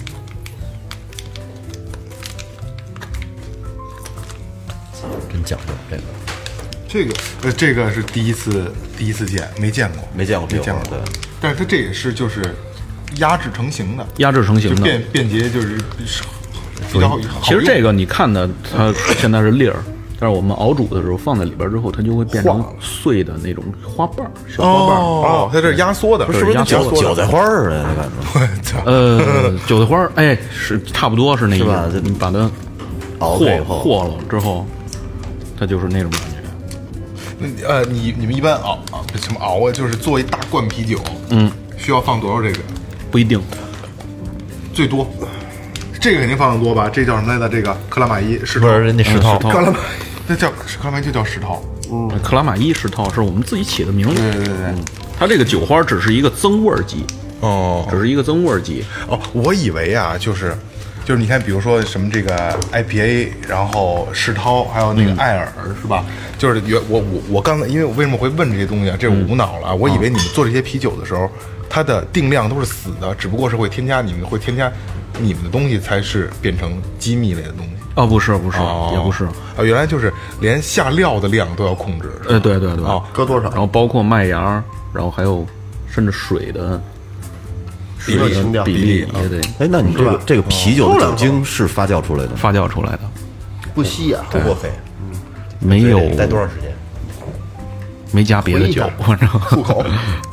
真讲究这个。 这个呃，这个是第一次第一次见，没见过， 没见过没见过。 对， 但是它这也是就是压制成型的， 压制成型的， 就便便捷，就是是比较好用。 其实这个你看的，它现在是粒儿，但是我们熬煮的时候放在里边之后，它就会变成碎的那种花瓣儿，小花瓣儿。 哦，它这是压缩的， 是不是压缩的韭菜花儿的感觉？ 我操！ 呃，韭菜花儿，哎，是差不多是那意是吧思。你把它熬和开以后和了之后，它就是那种感觉。 呃，你你们一般熬啊什么熬啊？就是做一大罐啤酒， 嗯， 需要放多少这个？ 不一定， 最多，这个肯定放的多吧？这叫什么来着？这个克拉玛依石不头， 是那石头， 石头克拉玛，那叫克拉玛依就叫石头。 嗯，克拉玛依石头是我们自己起的名字。 对对对对。 它这个酒花只是一个增味儿剂， 哦只是一个增味儿剂。 哦，我以为啊，就是就是你看，比如说什么这个 I P A， 然后世涛，还有那个艾尔，是吧？就是原我我我刚才，因为我为什么会问这些东西啊？这是无脑了啊！我以为你们做这些啤酒的时候，它的定量都是死的，只不过是会添加你们会添加你们的东西，才是变成机密类的东西。 哦，不是不是， 哦， 也不是。 啊，原来就是连下料的量都要控制。 呃，对对对， 哦， 搁多少？ 然后包括麦芽，然后还有甚至水的水的比例也得哎，那你这个这个啤酒的酒精是发酵出来的吗？ 发酵出来的， 不稀啊， 不过肺， 没有待多长时间？ 没加别的酒，反正漱口。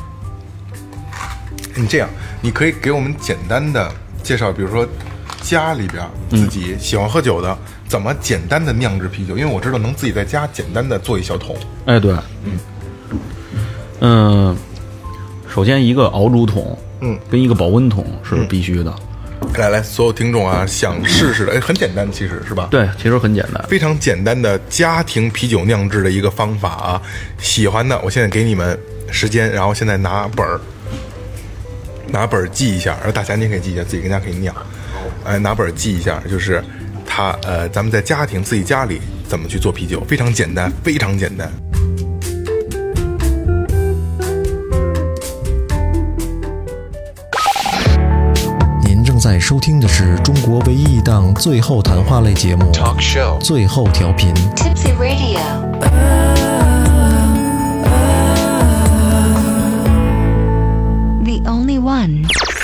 你这样，你可以给我们简单的介绍，比如说家里边自己喜欢喝酒的，怎么简单的酿制啤酒？因为我知道能自己在家简单的做一小桶。 哎，对，嗯，嗯，首先一个熬煮桶， 嗯， 跟一个保温桶是必须的。 来来，所有听众啊，想试试的，哎，很简单，其实是吧？ 对，其实很简单， 非常简单的家庭啤酒酿制的一个方法啊。喜欢的，我现在给你们时间，然后现在拿本儿，拿本儿记一下，然后大侠你也可以记一下，自己跟家可以酿。哎，拿本儿记一下，就是他呃，咱们在家庭自己家里怎么去做啤酒，非常简单，非常简单。 您正在收听的是中国唯一一档最后谈话类节目 Talk show 最后调频。 Tipsy Radio. The only one.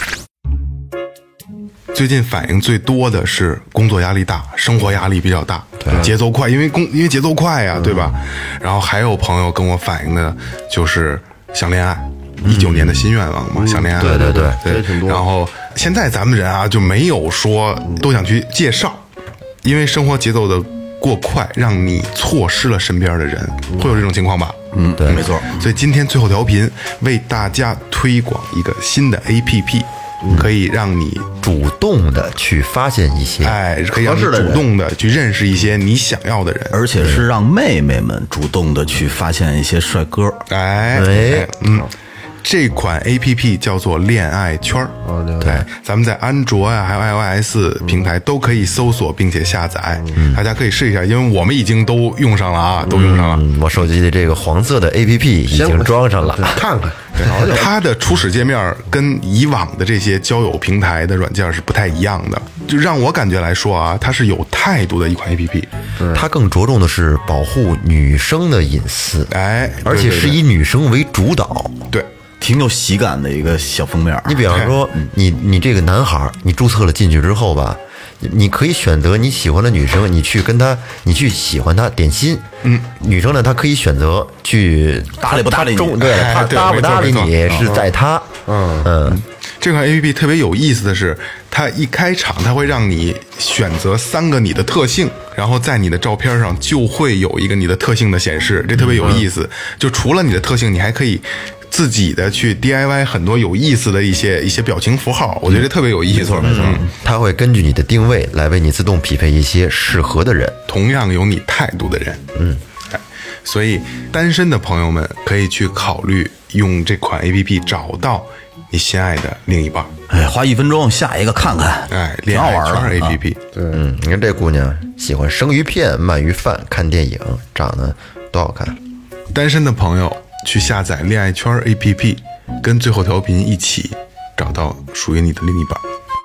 最近反应最多的是工作压力大，生活压力比较大，节奏快，因为工因为节奏快呀、啊，对吧？然后还有朋友跟我反映的就是想恋爱，一九年的新愿望嘛， 嗯想恋爱， 对对对对， 挺多然后现在咱们人啊就没有说都想去介绍，因为生活节奏的过快，让你错失了身边的人，会有这种情况吧？ 嗯，对，没错。 所以今天最后调频为大家推广一个新的 A P P，、嗯、可以让你主动的去发现一些， 哎，可以让你主动的去认识一些你想要的人， 而且是让妹妹们主动的去发现一些帅哥。 哎，哎嗯。这款 A P P 叫做恋爱圈儿，对，咱们在安卓啊，还有 iOS 平台都可以搜索并且下载，大家可以试一下，因为我们已经都用上了啊，都用上了。 嗯，我手机的这个黄色的 A P P 已经装上了， 看看。 对，它的初始界面跟以往的这些交友平台的软件是不太一样的，就让我感觉来说啊，它是有态度的一款 A P P。 它更着重的是保护女生的隐私， 哎， 而且是以女生为主导。 对。 挺有喜感的一个小封面。 你比方说，你你这个男孩，你注册了进去之后吧，你可以选择你喜欢的女生，你去跟她，你去喜欢她，点心。嗯，女生呢，她可以选择去搭理不搭理你， 对， 哎、 她搭不搭理你是在她。嗯嗯， 这款 A P P 特别有意思的是，它一开场，它会让你选择三个你的特性，然后在你的照片上就会有一个你的特性的显示，这特别有意思。就除了你的特性，你还可以自己的去 D I Y 很多有意思的一些一些表情符号，我觉得特别有意思。没错没错， 它会根据你的定位来为你自动匹配一些适合的人， 同样有你态度的人。嗯，所以单身的朋友们可以去考虑用这款 A P P 找到你心爱的另一半。 哎，花一分钟下一个看看， 哎， 挺好玩的 A P P。 对，嗯，你看这姑娘喜欢生鱼片、鳗鱼饭、看电影，长得多好看。 单身的朋友去下载恋爱圈 A P P， 跟最后调频一起找到属于你的另一半。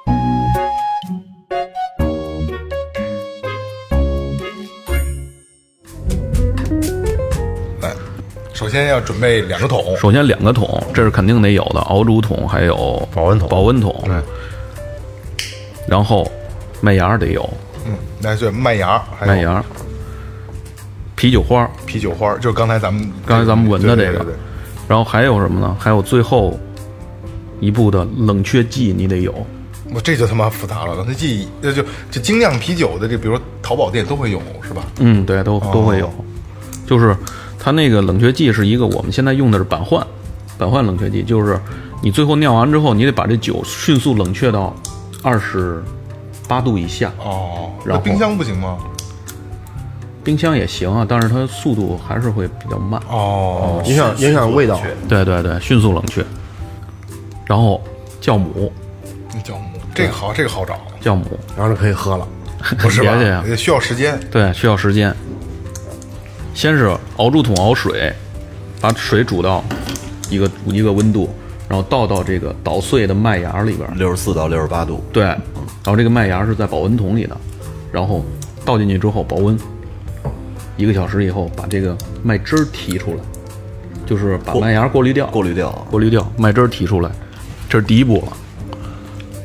来，首先要准备两个桶。 首先两个桶，这是肯定得有的，熬煮桶还有保温桶。 保温桶。 对。 然后麦芽得有。 嗯，那是麦芽，还有麦芽。啤酒花， 啤酒花就是刚才咱们刚才咱们闻的这个， 对对对对， 然后还有什么呢？还有最后一步的冷却剂，你得有。 我这就他妈复杂了，冷却剂就就就精酿啤酒的这，比如说淘宝店都会有，是吧？ 嗯，对，都都会有。哦、就是它那个冷却剂是一个，我们现在用的是板换，板换冷却剂，就是你最后酿完之后，你得把这酒迅速冷却到二十八度以下。 哦， 然后冰箱不行吗？ 冰箱也行啊，但是它速度还是会比较慢哦， 影响影响味道。 对对对，迅速冷却。然后酵母， 酵母这个好，这个好找。 酵母， 然后就可以喝了， 不是吧？ 别呀， 也需要时间。 对，需要时间。先是熬煮桶熬水，把水煮到一个一个温度，然后倒到这个捣碎的麦芽里边， 六十四到六十八度。 对，然后这个麦芽是在保温桶里的，然后倒进去之后保温。一个小时以后，把这个麦汁儿提出来，就是把麦芽过滤掉， 过滤掉， 过滤掉，麦汁儿提出来，这是第一步了。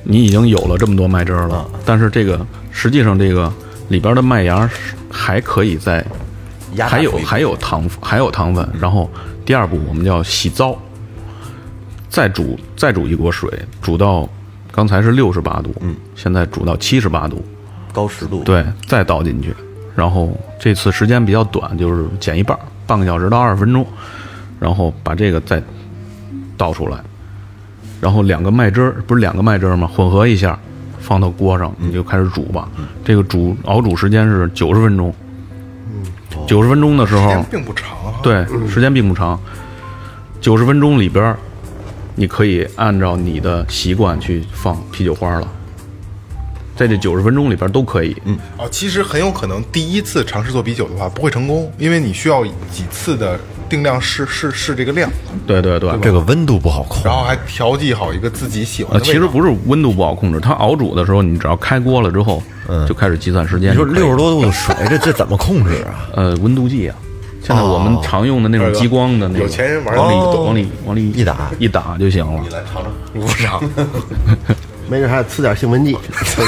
你已经有了这么多麦汁儿了，但是这个实际上这个里边的麦芽还可以再，还有还有糖还有糖分。然后第二步我们叫洗糟，再煮再煮一锅水，煮到刚才是六十八度，嗯，现在煮到七十八度， 高十度， 对，再倒进去。然后这次时间比较短，就是减一半，半个小时到二十分钟，然后把这个再倒出来，然后两个麦汁儿不是两个麦汁儿吗？混合一下，放到锅上，你就开始煮吧。嗯、这个煮熬煮时间是九十分钟。九十分钟的时候， 时间并不长、啊。 对，时间并不长。九十分钟里边，你可以按照你的习惯去放啤酒花了。在这九十分钟里边都可以。嗯。 哦，其实很有可能第一次尝试做啤酒的话不会成功，因为你需要几次的定量试试试这个量。 对对对， 这个温度不好控， 然后还调剂好一个自己喜欢的味道。 呃、其实不是温度不好控制，它熬煮的时候，你只要开锅了之后，嗯，就开始计算时间。 你说六十多度的水，这这怎么控制啊？ 呃，温度计啊。现在我们常用的那种激光的那个， 有钱人玩往里往里往里一打一打就行了。 你来尝尝， 不尝， 没准还吃点兴奋剂。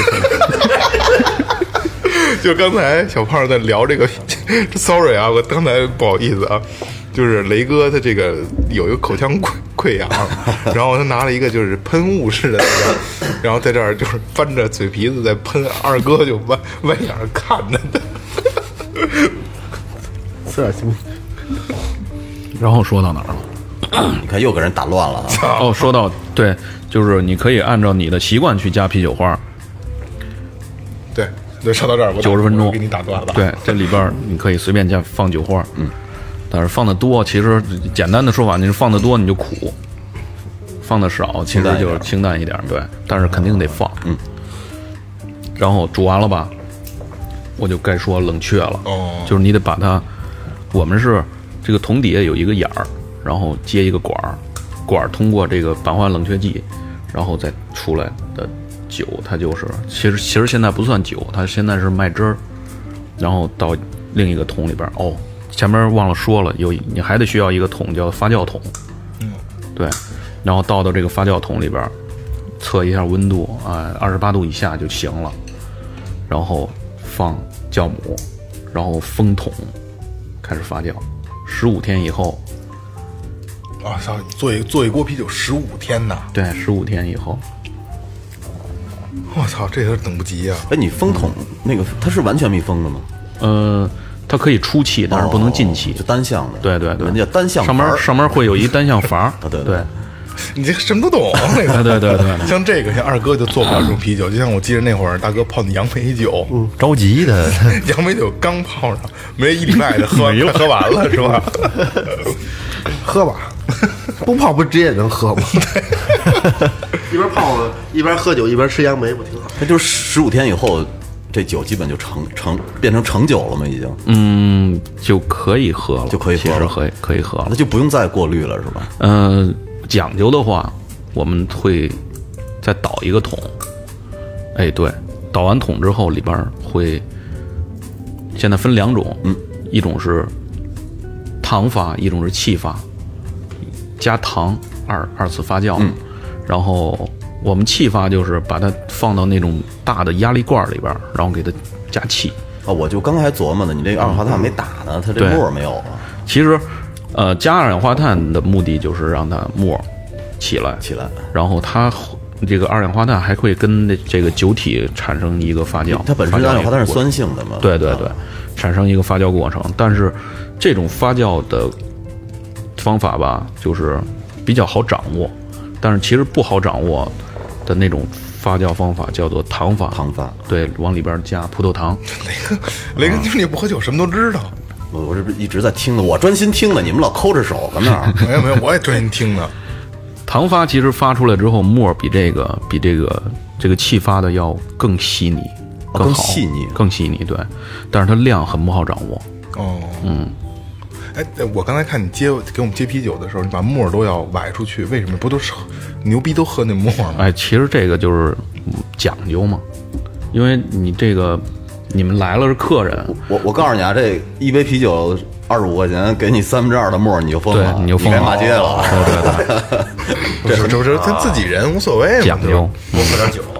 就刚才小胖在聊这个，sorry 啊，我刚才不好意思啊，就是雷哥他这个有一个口腔溃溃疡，然后他拿了一个就是喷雾式的那个，然后在这儿就是翻着嘴皮子在喷，二哥就歪歪眼看着他。 吃点兴奋。 然后说到哪儿了？ 你看又给人打乱了啊！ 哦，说到对，就是你可以按照你的习惯去加啤酒花。 对，对，说到这儿，我九十分钟给你打断了。 对，这里边你可以随便加放酒花，嗯，但是放的多，其实简单的说法，你是放的多你就苦，放的少其实就是清淡一点，对，但是肯定得放，嗯。然后煮完了吧，我就该说冷却了，哦，就是你得把它，我们是这个桶底下有一个眼儿，然后接一个管儿，管儿通过这个板化冷却剂，然后再出来的酒，它就是其实其实现在不算酒，它现在是麦汁儿，然后到另一个桶里边。哦，前面忘了说了，有你还得需要一个桶叫发酵桶，嗯，对，然后倒到这个发酵桶里边，测一下温度啊，二十八度以下就行了，然后放酵母，然后封桶，开始发酵，十五天以后。 啊操！做一做一锅啤酒十五天呐？ 对，十五天以后。 我操，这有点等不及啊！ 哎，你封桶那个它是完全密封的吗？ 呃，它可以出气，但是不能进气， 哦、就单向的。 对对对， 人家单向上面上面会有一单向阀。 对对对， 你这什么都懂，那个对对对对。 像这个，像二哥就做不了这种啤酒，就像我记得那会儿大哥泡那杨梅酒， 嗯，着急的， 杨梅酒刚泡上，没一礼拜的喝完快喝完了是吧？ 喝吧。不泡不直接能喝吗？一边泡一边喝酒一边吃杨梅不挺好？ 它就是十五天以后，这酒基本就成成变成成酒了吗？已经， 嗯，就可以喝了， 就可以喝了， 可以可以喝了， 那就不用再过滤了，是吧？ 嗯、呃，讲究的话，我们会再倒一个桶。哎，对，倒完桶之后里边会，现在分两种，嗯，一种是糖发，一种是气发。加糖二二次发酵，嗯，然后我们气发就是把它放到那种大的压力罐里边，然后给它加气。 啊，我就刚才琢磨呢，你这个二氧化碳没打呢，它这沫没有啊。 其实，呃，加二氧化碳的目的就是让它沫起来起来， 然后它这个二氧化碳还会跟这个酒体产生一个发酵。 它本身二氧化碳是酸性的嘛？ 对对对，啊、产生一个发酵过程。但是这种发酵的方法吧，就是比较好掌握，但是其实不好掌握的那种发酵方法叫做糖发。 糖发， 对，往里边加葡萄糖。 雷哥，雷哥，你不喝酒，什么都知道。 我我这不一直在听的，我专心听的，你们老抠着手搁那儿。 没有没有，我也专心听的。 糖发其实发出来之后，沫比这个比这个这个气发的要更细腻，更好， 更细腻， 更细腻。对，但是它量很不好掌握。 哦， 嗯。 哎，我刚才看你接给我们接啤酒的时候，你把沫都要崴出去，为什么？不都是牛逼都喝那沫吗？ 哎，其实这个就是讲究嘛，因为你这个你们来了是客人， 我我告诉你啊，这一杯啤酒二十五块钱，给你三分之二的沫，你就疯了， 对，你就疯了， 骂街了。 对对对， 这这不是他自己人无所谓嘛， 讲究， 多喝点酒。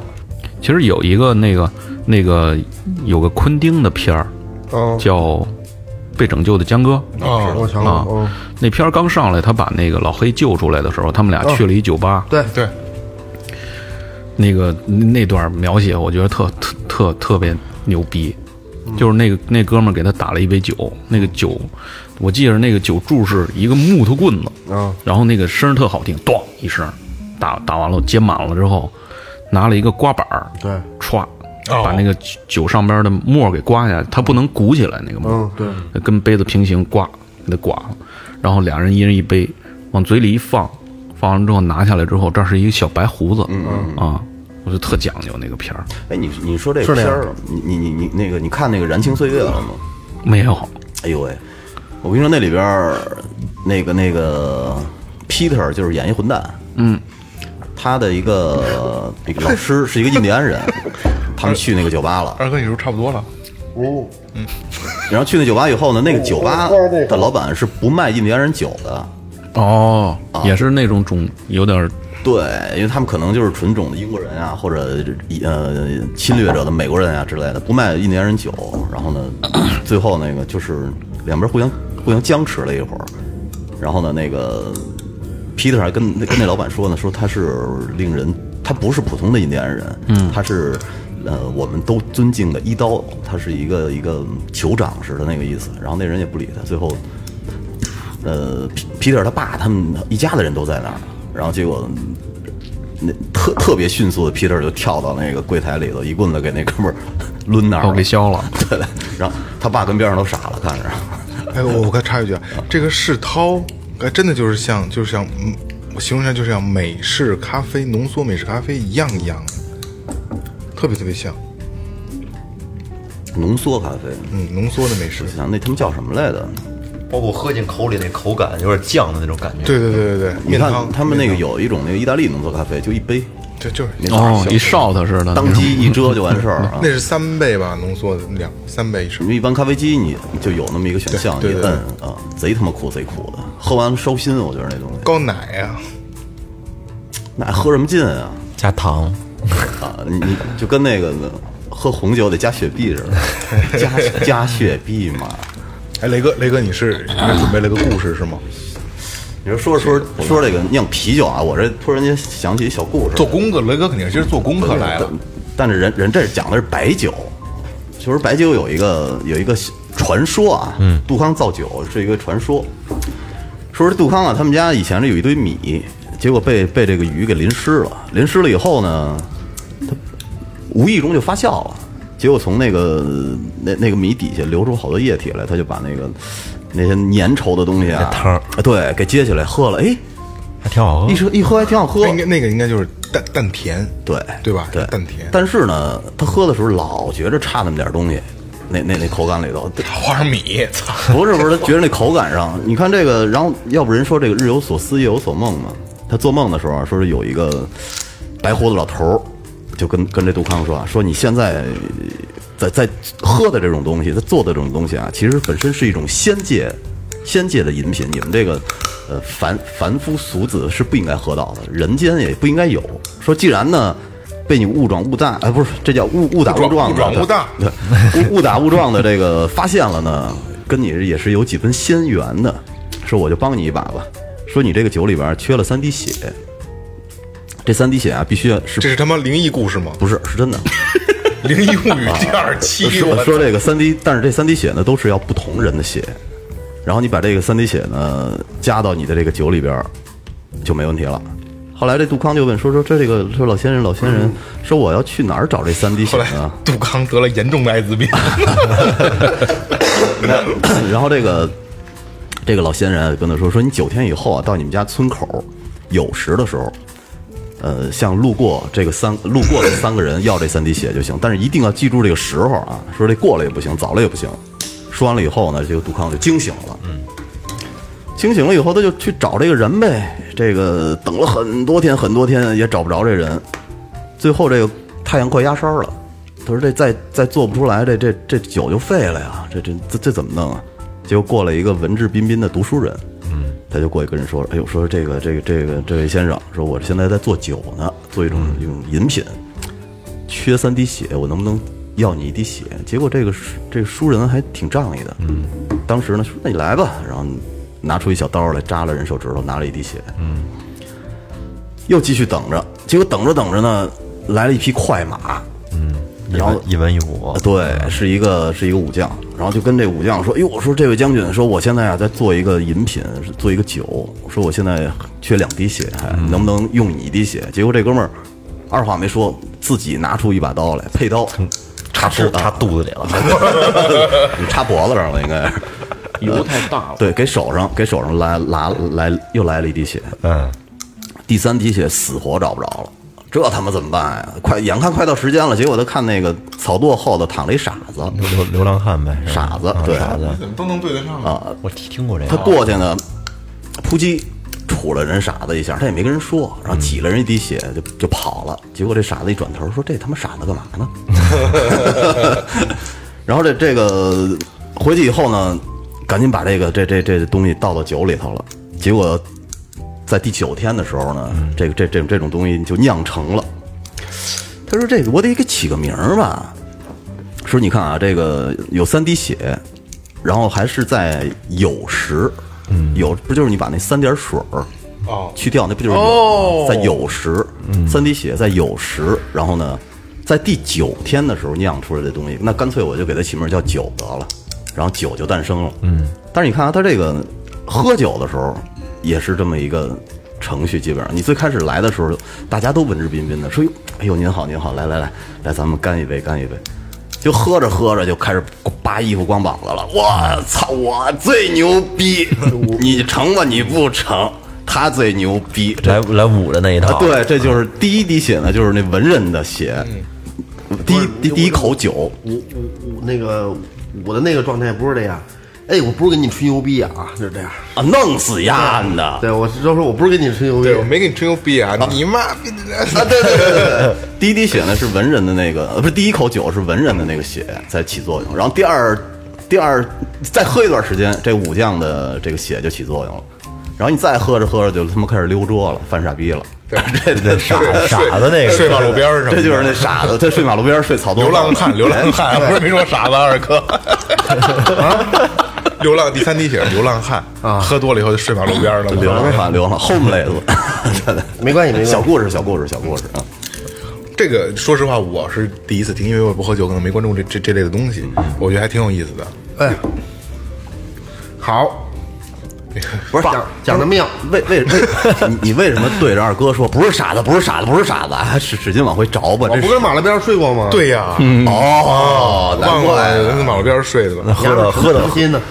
其实有一个那个那个有个昆汀的片儿， 哦， 叫《被拯救的江哥》 哦， 我想啊了，哦， 那片儿刚上来，他把那个老黑救出来的时候，他们俩去了一酒吧， 对对， 那个那段描写，我觉得特特特特别牛逼。就是那个那哥们儿给他打了一杯酒，那个酒，我记着那个酒柱是一个木头棍子， 啊， 然后那个声儿特好听，咣一声，打打完了接满了之后，拿了一个刮板儿， 对， 歘，把那个酒上边的沫给刮下来，它不能鼓起来那个沫， 嗯，对， 跟杯子平行，刮给它刮了，然后俩人一人一杯，往嘴里一放，放完之后拿下来之后，这是一个小白胡子，嗯啊，我就特讲究那个片儿， 哎，你你说这是那样个片儿，你你你你那个你看那个《燃情岁月》了吗？ 没有， 哎呦喂，我跟你说那里边儿那个那个 Peter 就是演一混蛋， 嗯， 他的一个一个老师是一个印第安人，他们去那个酒吧了， 二哥，你说差不多了。 哦， 然后去那酒吧以后呢，那个酒吧的老板是不卖印第安人酒的， 哦，也是那种种有点对，因为他们可能就是纯种的英国人啊，或者呃侵略者的美国人啊之类的，不卖印第安人酒。然后呢，最后那个就是两边互相互相僵持了一会儿。然后呢，那个 Peter 还跟跟那老板说呢，说他是令人，他不是普通的印第安人，嗯，他是呃我们都尊敬的一刀，他是一个一个酋长似的那个意思。然后那人也不理他，最后呃 Peter 他爸他们一家的人都在那儿。然后结果，那特特别迅速的 Peter 就跳到那个柜台里头，一棍子给那哥们儿抡那儿了， 都给削了。 对，然后他爸跟边上都傻了，看着。 哎，我我该插一句啊，这个世涛，哎，真的就是像，就是像，嗯，我形容一下，就是像美式咖啡浓缩美式咖啡一样一样的，特别特别像。 浓缩咖啡， 嗯，浓缩的美式。 想那他们叫什么来着？ 包括喝进口里那口感有点酱的那种感觉。 对对对对对， 你看面汤他们那个面汤有一种那个意大利浓缩咖啡，就一杯， 对，就是哦，一 shot 似的， 当机一遮就完事儿啊。 那是三倍吧，浓缩的两三倍一升因。为一般咖啡机你就有那么一个选项， 对对对你摁啊，贼他妈苦贼苦的，喝完了烧心，我觉得那东西。 高奶呀、 那还喝什么劲啊？ 加糖， 啊，你你就跟那个喝红酒得加雪碧似的，加加雪碧嘛。 哎，雷哥，雷哥，你是你是准备了个故事是吗？ 你说说说说这个酿啤酒啊，我这突然间想起一小故事。 做功课，雷哥肯定是做功课来了。 但是人人这讲的是白酒，就是白酒有一个有一个传说啊，嗯，杜康造酒是一个传说，说是杜康啊，他们家以前这有一堆米，结果被被这个雨给淋湿了，淋湿了以后呢，他无意中就发酵了。结果从那个那那个米底下流出好多液体来，他就把那个那些粘稠的东西啊， 汤儿对，给接起来喝了，哎， 还挺好喝一。喝一喝还挺好喝那，应该那个应该就是淡淡甜， 对对吧？ 对， 淡甜。 但是呢，他喝的时候老觉着差那么点东西，那那那口感里头， 花生米，操！ 不是不是，他觉得那口感上，你看这个，然后要不人说这个日有所思夜有所梦嘛，他做梦的时候啊说是有一个白胡子老头儿，就跟跟这杜康说啊，说你现在在在喝的这种东西，在做的这种东西啊，其实本身是一种仙界仙界的饮品，你们这个呃凡凡夫俗子是不应该喝到的，人间也不应该有。说既然呢被你误撞误大，哎，不是，这叫误误打误撞的， 误撞误大对，误误打误撞的这个发现了呢，跟你也是有几分仙缘的。说我就帮你一把吧。说你这个酒里边缺了三滴血，这三滴血啊必须是这是他妈灵异故事吗？ 不是是真的？ 灵异物语第二期， 说我说这个三滴，但是这三滴血呢都是要不同人的血，然后你把这个三滴血呢加到你的这个酒里边就没问题了。后来这杜康就问说说这这个说老先生老先生说我要去哪儿找这三滴血后来呢？ 杜康得了严重的艾滋病， 然后这个这个老先生跟他说说你九天以后啊到你们家村口酉时的时候，呃，向路过这个三路过的三个人要这三滴血就行，但是一定要记住这个时候啊，说这过了也不行，早了也不行。说完了以后呢，这个杜康就惊醒了，嗯，清醒了以后他就去找这个人呗，这个等了很多天很多天也找不着这人，最后这个太阳快压山了，他说这再再做不出来，这这这酒就废了呀，这这这这怎么弄啊？结果过来一个文质彬彬的读书人，嗯，他就过去跟人说，哎呦，说这个这个这个这位先生，说我现在在做酒呢，做一种一种饮品， 缺三滴血，我能不能要你一滴血？结果这个这个书人还挺仗义的，嗯，当时呢说那你来吧，然后拿出一小刀来扎了人手指头，拿了一滴血，嗯，又继续等着，结果等着等着呢，来了一匹快马， 嗯， 然后一文一武， 对，是一个是一个武将，然后就跟这武将说：“哟，我说这位将军，说我现在啊在做一个饮品，做一个酒，我说我现在缺两滴血，还能不能用你一滴血？”结果这哥们儿二话没说，自己拿出一把刀来，配刀插是插肚子里了， 你插脖子上了，应该是油太大了。 对，给手上给手上来来来又来了一滴血， 嗯， 第三滴血死活找不着了。这他妈怎么办呀？快，眼看快到时间了，结果他看那个草垛后头躺了一傻子， 流流浪汉呗， 傻子，对， 傻子怎么都能对得上啊！ 我听过这个。 他过去呢，扑叽杵了人傻子一下，他也没跟人说，然后挤了人一滴血就就跑了。结果这傻子一转头说：“这他妈傻子干嘛呢？”然后这这个回去以后呢，赶紧把这个这这这东西倒到酒里头了。结果在第九天的时候呢，这个这这这种东西就酿成了。他说：“这个我得给起个名儿吧。”说你看啊，这个有三滴血，然后还是在酉时，嗯，酉不就是你把那三点水儿哦去掉，那不就是酉、 哦、 在酉时，三滴血在酉时，然后呢，在第九天的时候酿出来的东西，那干脆我就给它起名叫酒得了，然后酒就诞生了。嗯，但是你看啊，他这个喝酒的时候也是这么一个程序，基本上你最开始来的时候，大家都文质彬彬的，说哟，哎呦您好您好，来来来来，咱们干一杯干一杯。就喝着喝着就开始扒衣服光膀子了，我操，我最牛逼，你成吧你不成，他最牛逼， 来来捂的那一套、 啊。对，这就是第一滴血呢，就是那文人的血，嗯、第一第第一口酒， 捂捂捂那个我的那个状态不是这样。哎，我不是跟你吹牛逼啊，就是这样啊，弄死丫的！ 对，我是就说我不是跟你吹牛逼， 对我没跟你吹牛逼啊，你妈逼的！ 啊，对对对对，第一滴血呢是文人的那个，不是第一口酒是文人的那个血在起作用，然后第二第二再喝一段时间，这武将的这个血就起作用了，然后你再喝着喝着就他妈开始溜桌了，犯傻逼了。 对， 这这傻傻子那个睡马路边上， 这就是那傻子，他睡马路边睡草垛。 流浪汉，流浪汉，不是没说傻子二哥。啊流浪第三滴血，流浪汉啊，喝多了以后就睡马路边了。 流浪汉，流浪汉 ，homeless， 没关系，没关系。 小故事，小故事，小故事啊。 这个说实话，我是第一次听，因为我不喝酒，可能没关注这这这类的东西，我觉得还挺有意思的。 哎，好。 不是讲讲的妙， 为为为你你为什么对着二哥说不是傻子，不是傻子，不是傻子，还使使劲往回找吧？ 我不跟马路边睡过吗？ 对呀， 嗯、哦， 难怪跟马路边睡的吧？ 喝到喝到心呢？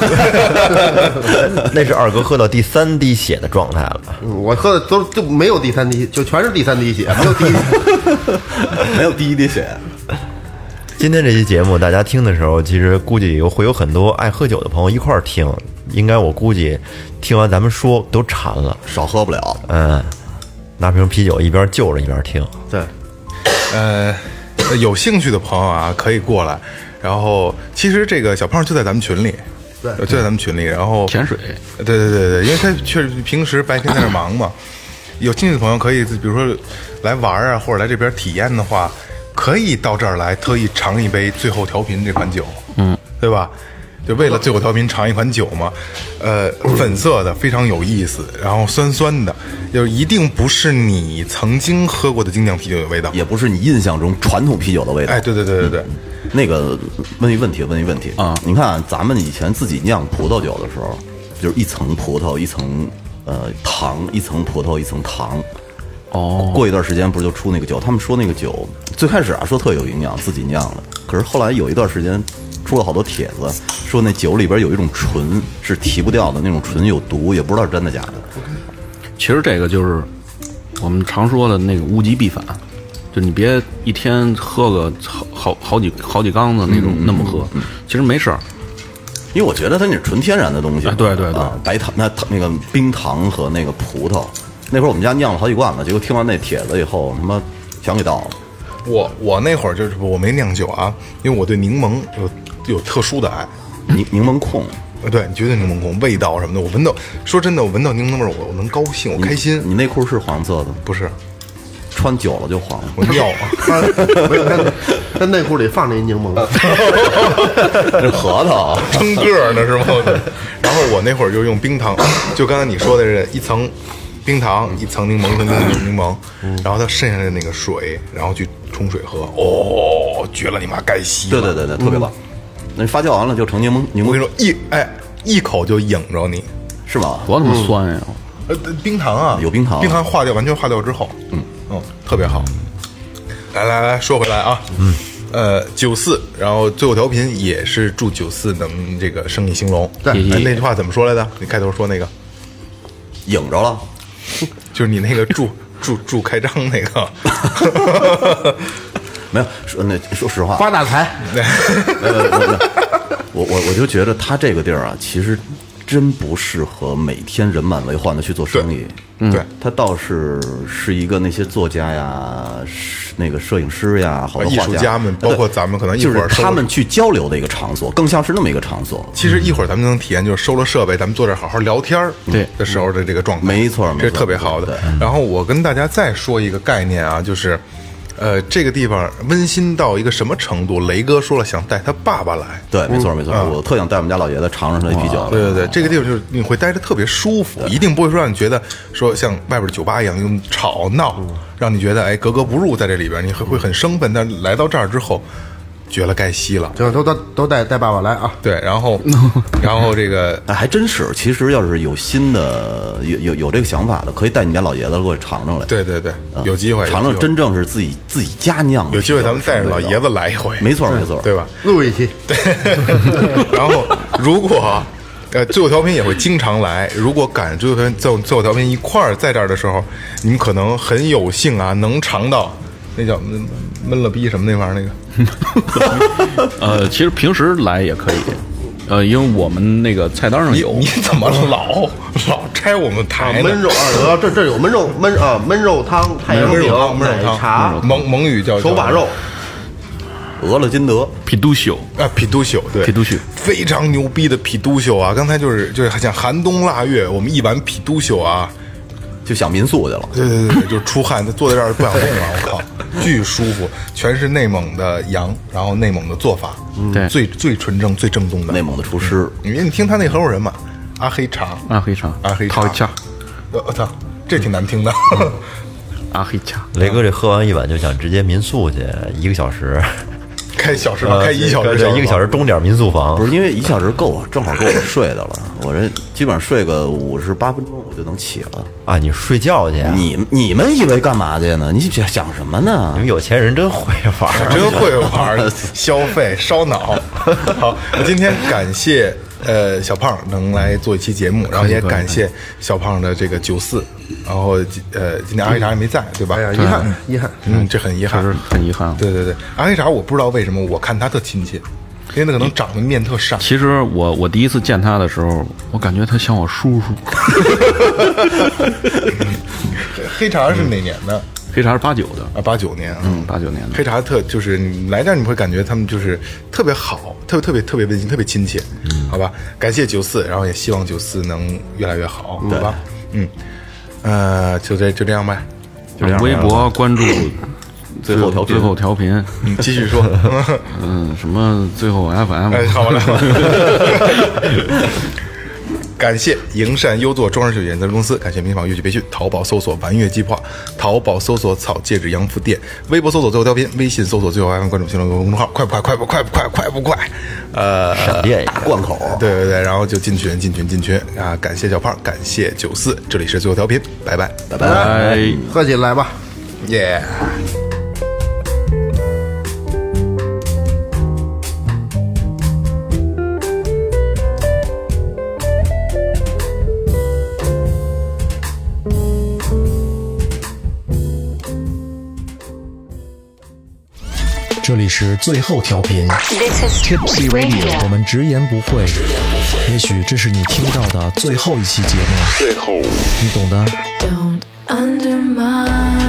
那是二哥喝到第三滴血的状态了。 嗯、我喝的都就没有第三滴，就全是第三滴血，没有第一， 没有第一滴血。 今天这期节目大家听的时候，其实估计有会有很多爱喝酒的朋友一块儿听。应该我估计听完咱们说都馋了， 少喝不了。 嗯，拿瓶啤酒一边就着一边听。 对， 呃，有兴趣的朋友啊，可以过来。然后，其实这个小胖就在咱们群里， 对， 就在咱们群里。然后潜水， 对对对对，因为他确实平时白天在那忙嘛。有兴趣的朋友可以，比如说来玩啊，或者来这边体验的话，可以到这儿来，特意尝一杯最后调频这款酒，嗯，对吧？就为了最后调频尝一款酒嘛，呃，粉色的非常有意思，然后酸酸的，就一定不是你曾经喝过的精酿啤酒的味道， 也不是你印象中传统啤酒的味道。 哎，对对对对对。 嗯、那个问一问题，问一问题啊！你看咱们以前自己酿葡萄酒的时候，就是一层葡萄，一层呃糖，一层葡萄，一层糖。哦，过一段时间不是就出那个酒？他们说那个酒最开始啊说特有营养，自己酿的，可是后来有一段时间。出了好多帖子，说那酒里边有一种醇是提不掉的，那种醇有毒，也不知道是真的假的。 其实这个就是我们常说的那个物极必反，就你别一天喝个好好好几好几缸子那种、嗯、那么喝，嗯、其实没事儿。 因为我觉得它那是纯天然的东西。 啊、对对对、 啊，白糖那那个冰糖和那个葡萄，那会儿我们家酿了好几罐子，结果听完那帖子以后，他妈全给倒了。 我我那会儿就是我没酿酒啊，因为我对柠檬有有特殊的爱， 柠柠檬控， 对，绝对柠檬控，味道什么的，我闻到，说真的，我闻到柠檬味儿，我我能高兴，我开心。 你内裤是黄色的？ 不是， 穿久了就黄了。 我尿啊， 没有在在内裤里放着一柠檬， 这核桃称个呢是吗？然后我那会儿就用冰糖，就刚才你说的是一层冰糖，一层柠檬，一层柠檬，然后它剩下的那个水，然后去冲水喝，哦，绝了你妈，该吸了。 对对对对，特别棒。那发酵完了就成柠檬柠檬， 我跟你说，一哎一口就引着你， 是吗？ 多他妈酸呀！ 呃，冰糖啊， 有冰糖冰糖化掉，完全化掉之后，嗯嗯，特别好。来来来说回来啊，嗯，呃，九四，然后最后调频也是祝九四能这个生意兴隆。 对哎，那句话怎么说来的？你开头说那个， 引着了。 就是你那个祝祝祝开张那个， 没有说那说实话， 发大财。 没有没有没有，我我我就觉得他这个地儿啊，其实真不适合每天人满为患的去做生意。 嗯，对， 他倒是是一个那些作家呀、是那个摄影师呀、好多艺画术家们，包括咱们可能一就是会儿收他们去交流的一个场所，更像是那么一个场所。 其实一会儿咱们能体验，就是收了设备，咱们坐这儿好好聊天儿对的时候的这个状态， 没错没错这是特别好的对。 然后我跟大家再说一个概念啊，就是，呃，这个地方温馨到一个什么程度？雷哥说了，想带他爸爸来。 对，没错没错， 嗯我特想带我们家老爷子尝尝这啤酒。 对对对，这个地方就是你会待着特别舒服，一定不会说让你觉得说像外边的酒吧一样用吵闹，让你觉得哎格格不入在这里边，你会会很生分。但来到这儿之后，觉了该吸了。 行，都都都带带爸爸来啊！ 对，然后然后这个哎，还真是。其实要是有新的有有有这个想法的，可以带你家老爷子过去尝尝来。 对对对，有机会尝尝真正是自己自己家酿的。 有机会咱们带着老爷子来一回， 没错没错， 对吧？ 录一期， 对。然后如果呃最后调频也会经常来，如果赶最后调频最后最后调频一块儿在这儿的时候，你们可能很有幸啊，能尝到那叫闷闷了逼什么那玩意儿那个。 呃，其实平时来也可以，呃，因为我们那个菜单上有。 你怎么老老拆我们台呢？ 焖肉啊，这这有焖肉焖啊焖肉汤、太阳饼焖肉汤、焖奶肉汤茶、 蒙蒙语叫手把肉。 俄勒金德皮杜秀啊，皮杜秀，对， 皮杜秀非常牛逼的皮杜秀啊！刚才就是就是像寒冬腊月，我们一碗皮杜秀啊， 就想民宿去了。 对对对，就是出汗，他坐在这儿不想动了，我靠，巨舒服，全是内蒙的羊，然后内蒙的做法， 对最最纯正、最正宗的内蒙的厨师， 因为你听他那合伙人嘛，阿黑茶， 阿黑茶， 阿黑茶， 陶恰， 我我操，这挺难听的。 阿黑茶， 雷哥这喝完一碗就想直接民宿去，一个小时， 开小时吧，开一小时， 对一个小时钟点民宿房， 不是因为一小时够，正好够我睡的了。我这基本上睡个五十八分钟我就能起了。 啊！你睡觉去啊？ 你你们以为干嘛去呢？你想想什么呢你？们有钱人真会玩儿， 真会玩儿，消费烧脑。好，那今天感谢呃小胖能来做一期节目，然后也感谢小胖的这个九四，然后呃今天阿黑茶也没在，对吧？ 哎呀，遗憾遗憾。 嗯，这很遗憾， 确实很遗憾。 对对对，阿黑茶我不知道为什么我看他特亲切，因为他可能长得面特善。 其实我我第一次见他的时候，我感觉他像我叔叔。 黑茶是哪年的？ 黑茶是八九的， 啊，八九年， 嗯，八九年的。 黑茶特就是你来这儿，你会感觉他们就是特别好，特别特别特别温馨，特别亲切，好吧？感谢九四，然后也希望九四能越来越好，好吧？嗯，呃，就这就这样呗，就这样吧。 微博关注最后调频最后调频， 嗯，继续说。 嗯，什么最后 F M， 哎，好了。感谢营善优作装饰有限责任公司，感谢民纺乐器培训，淘宝搜索玩乐计划，淘宝搜索草戒指洋服店，微博搜索最后调频，微信搜索最后 F M， 关注新浪微博公众号，快不快？快不快？不快快不快？呃， 闪电大贯口， 对对对，然后就进群进群进群啊！感谢小胖，感谢九四，这里是最后调频，拜拜拜拜， 拜。 喝起来吧。 耶、 这里是最后调频 This is Tipsy Radio. 我们直言不讳，也许这是你听到的最后一期节目，最后，你懂的。 Don't undermine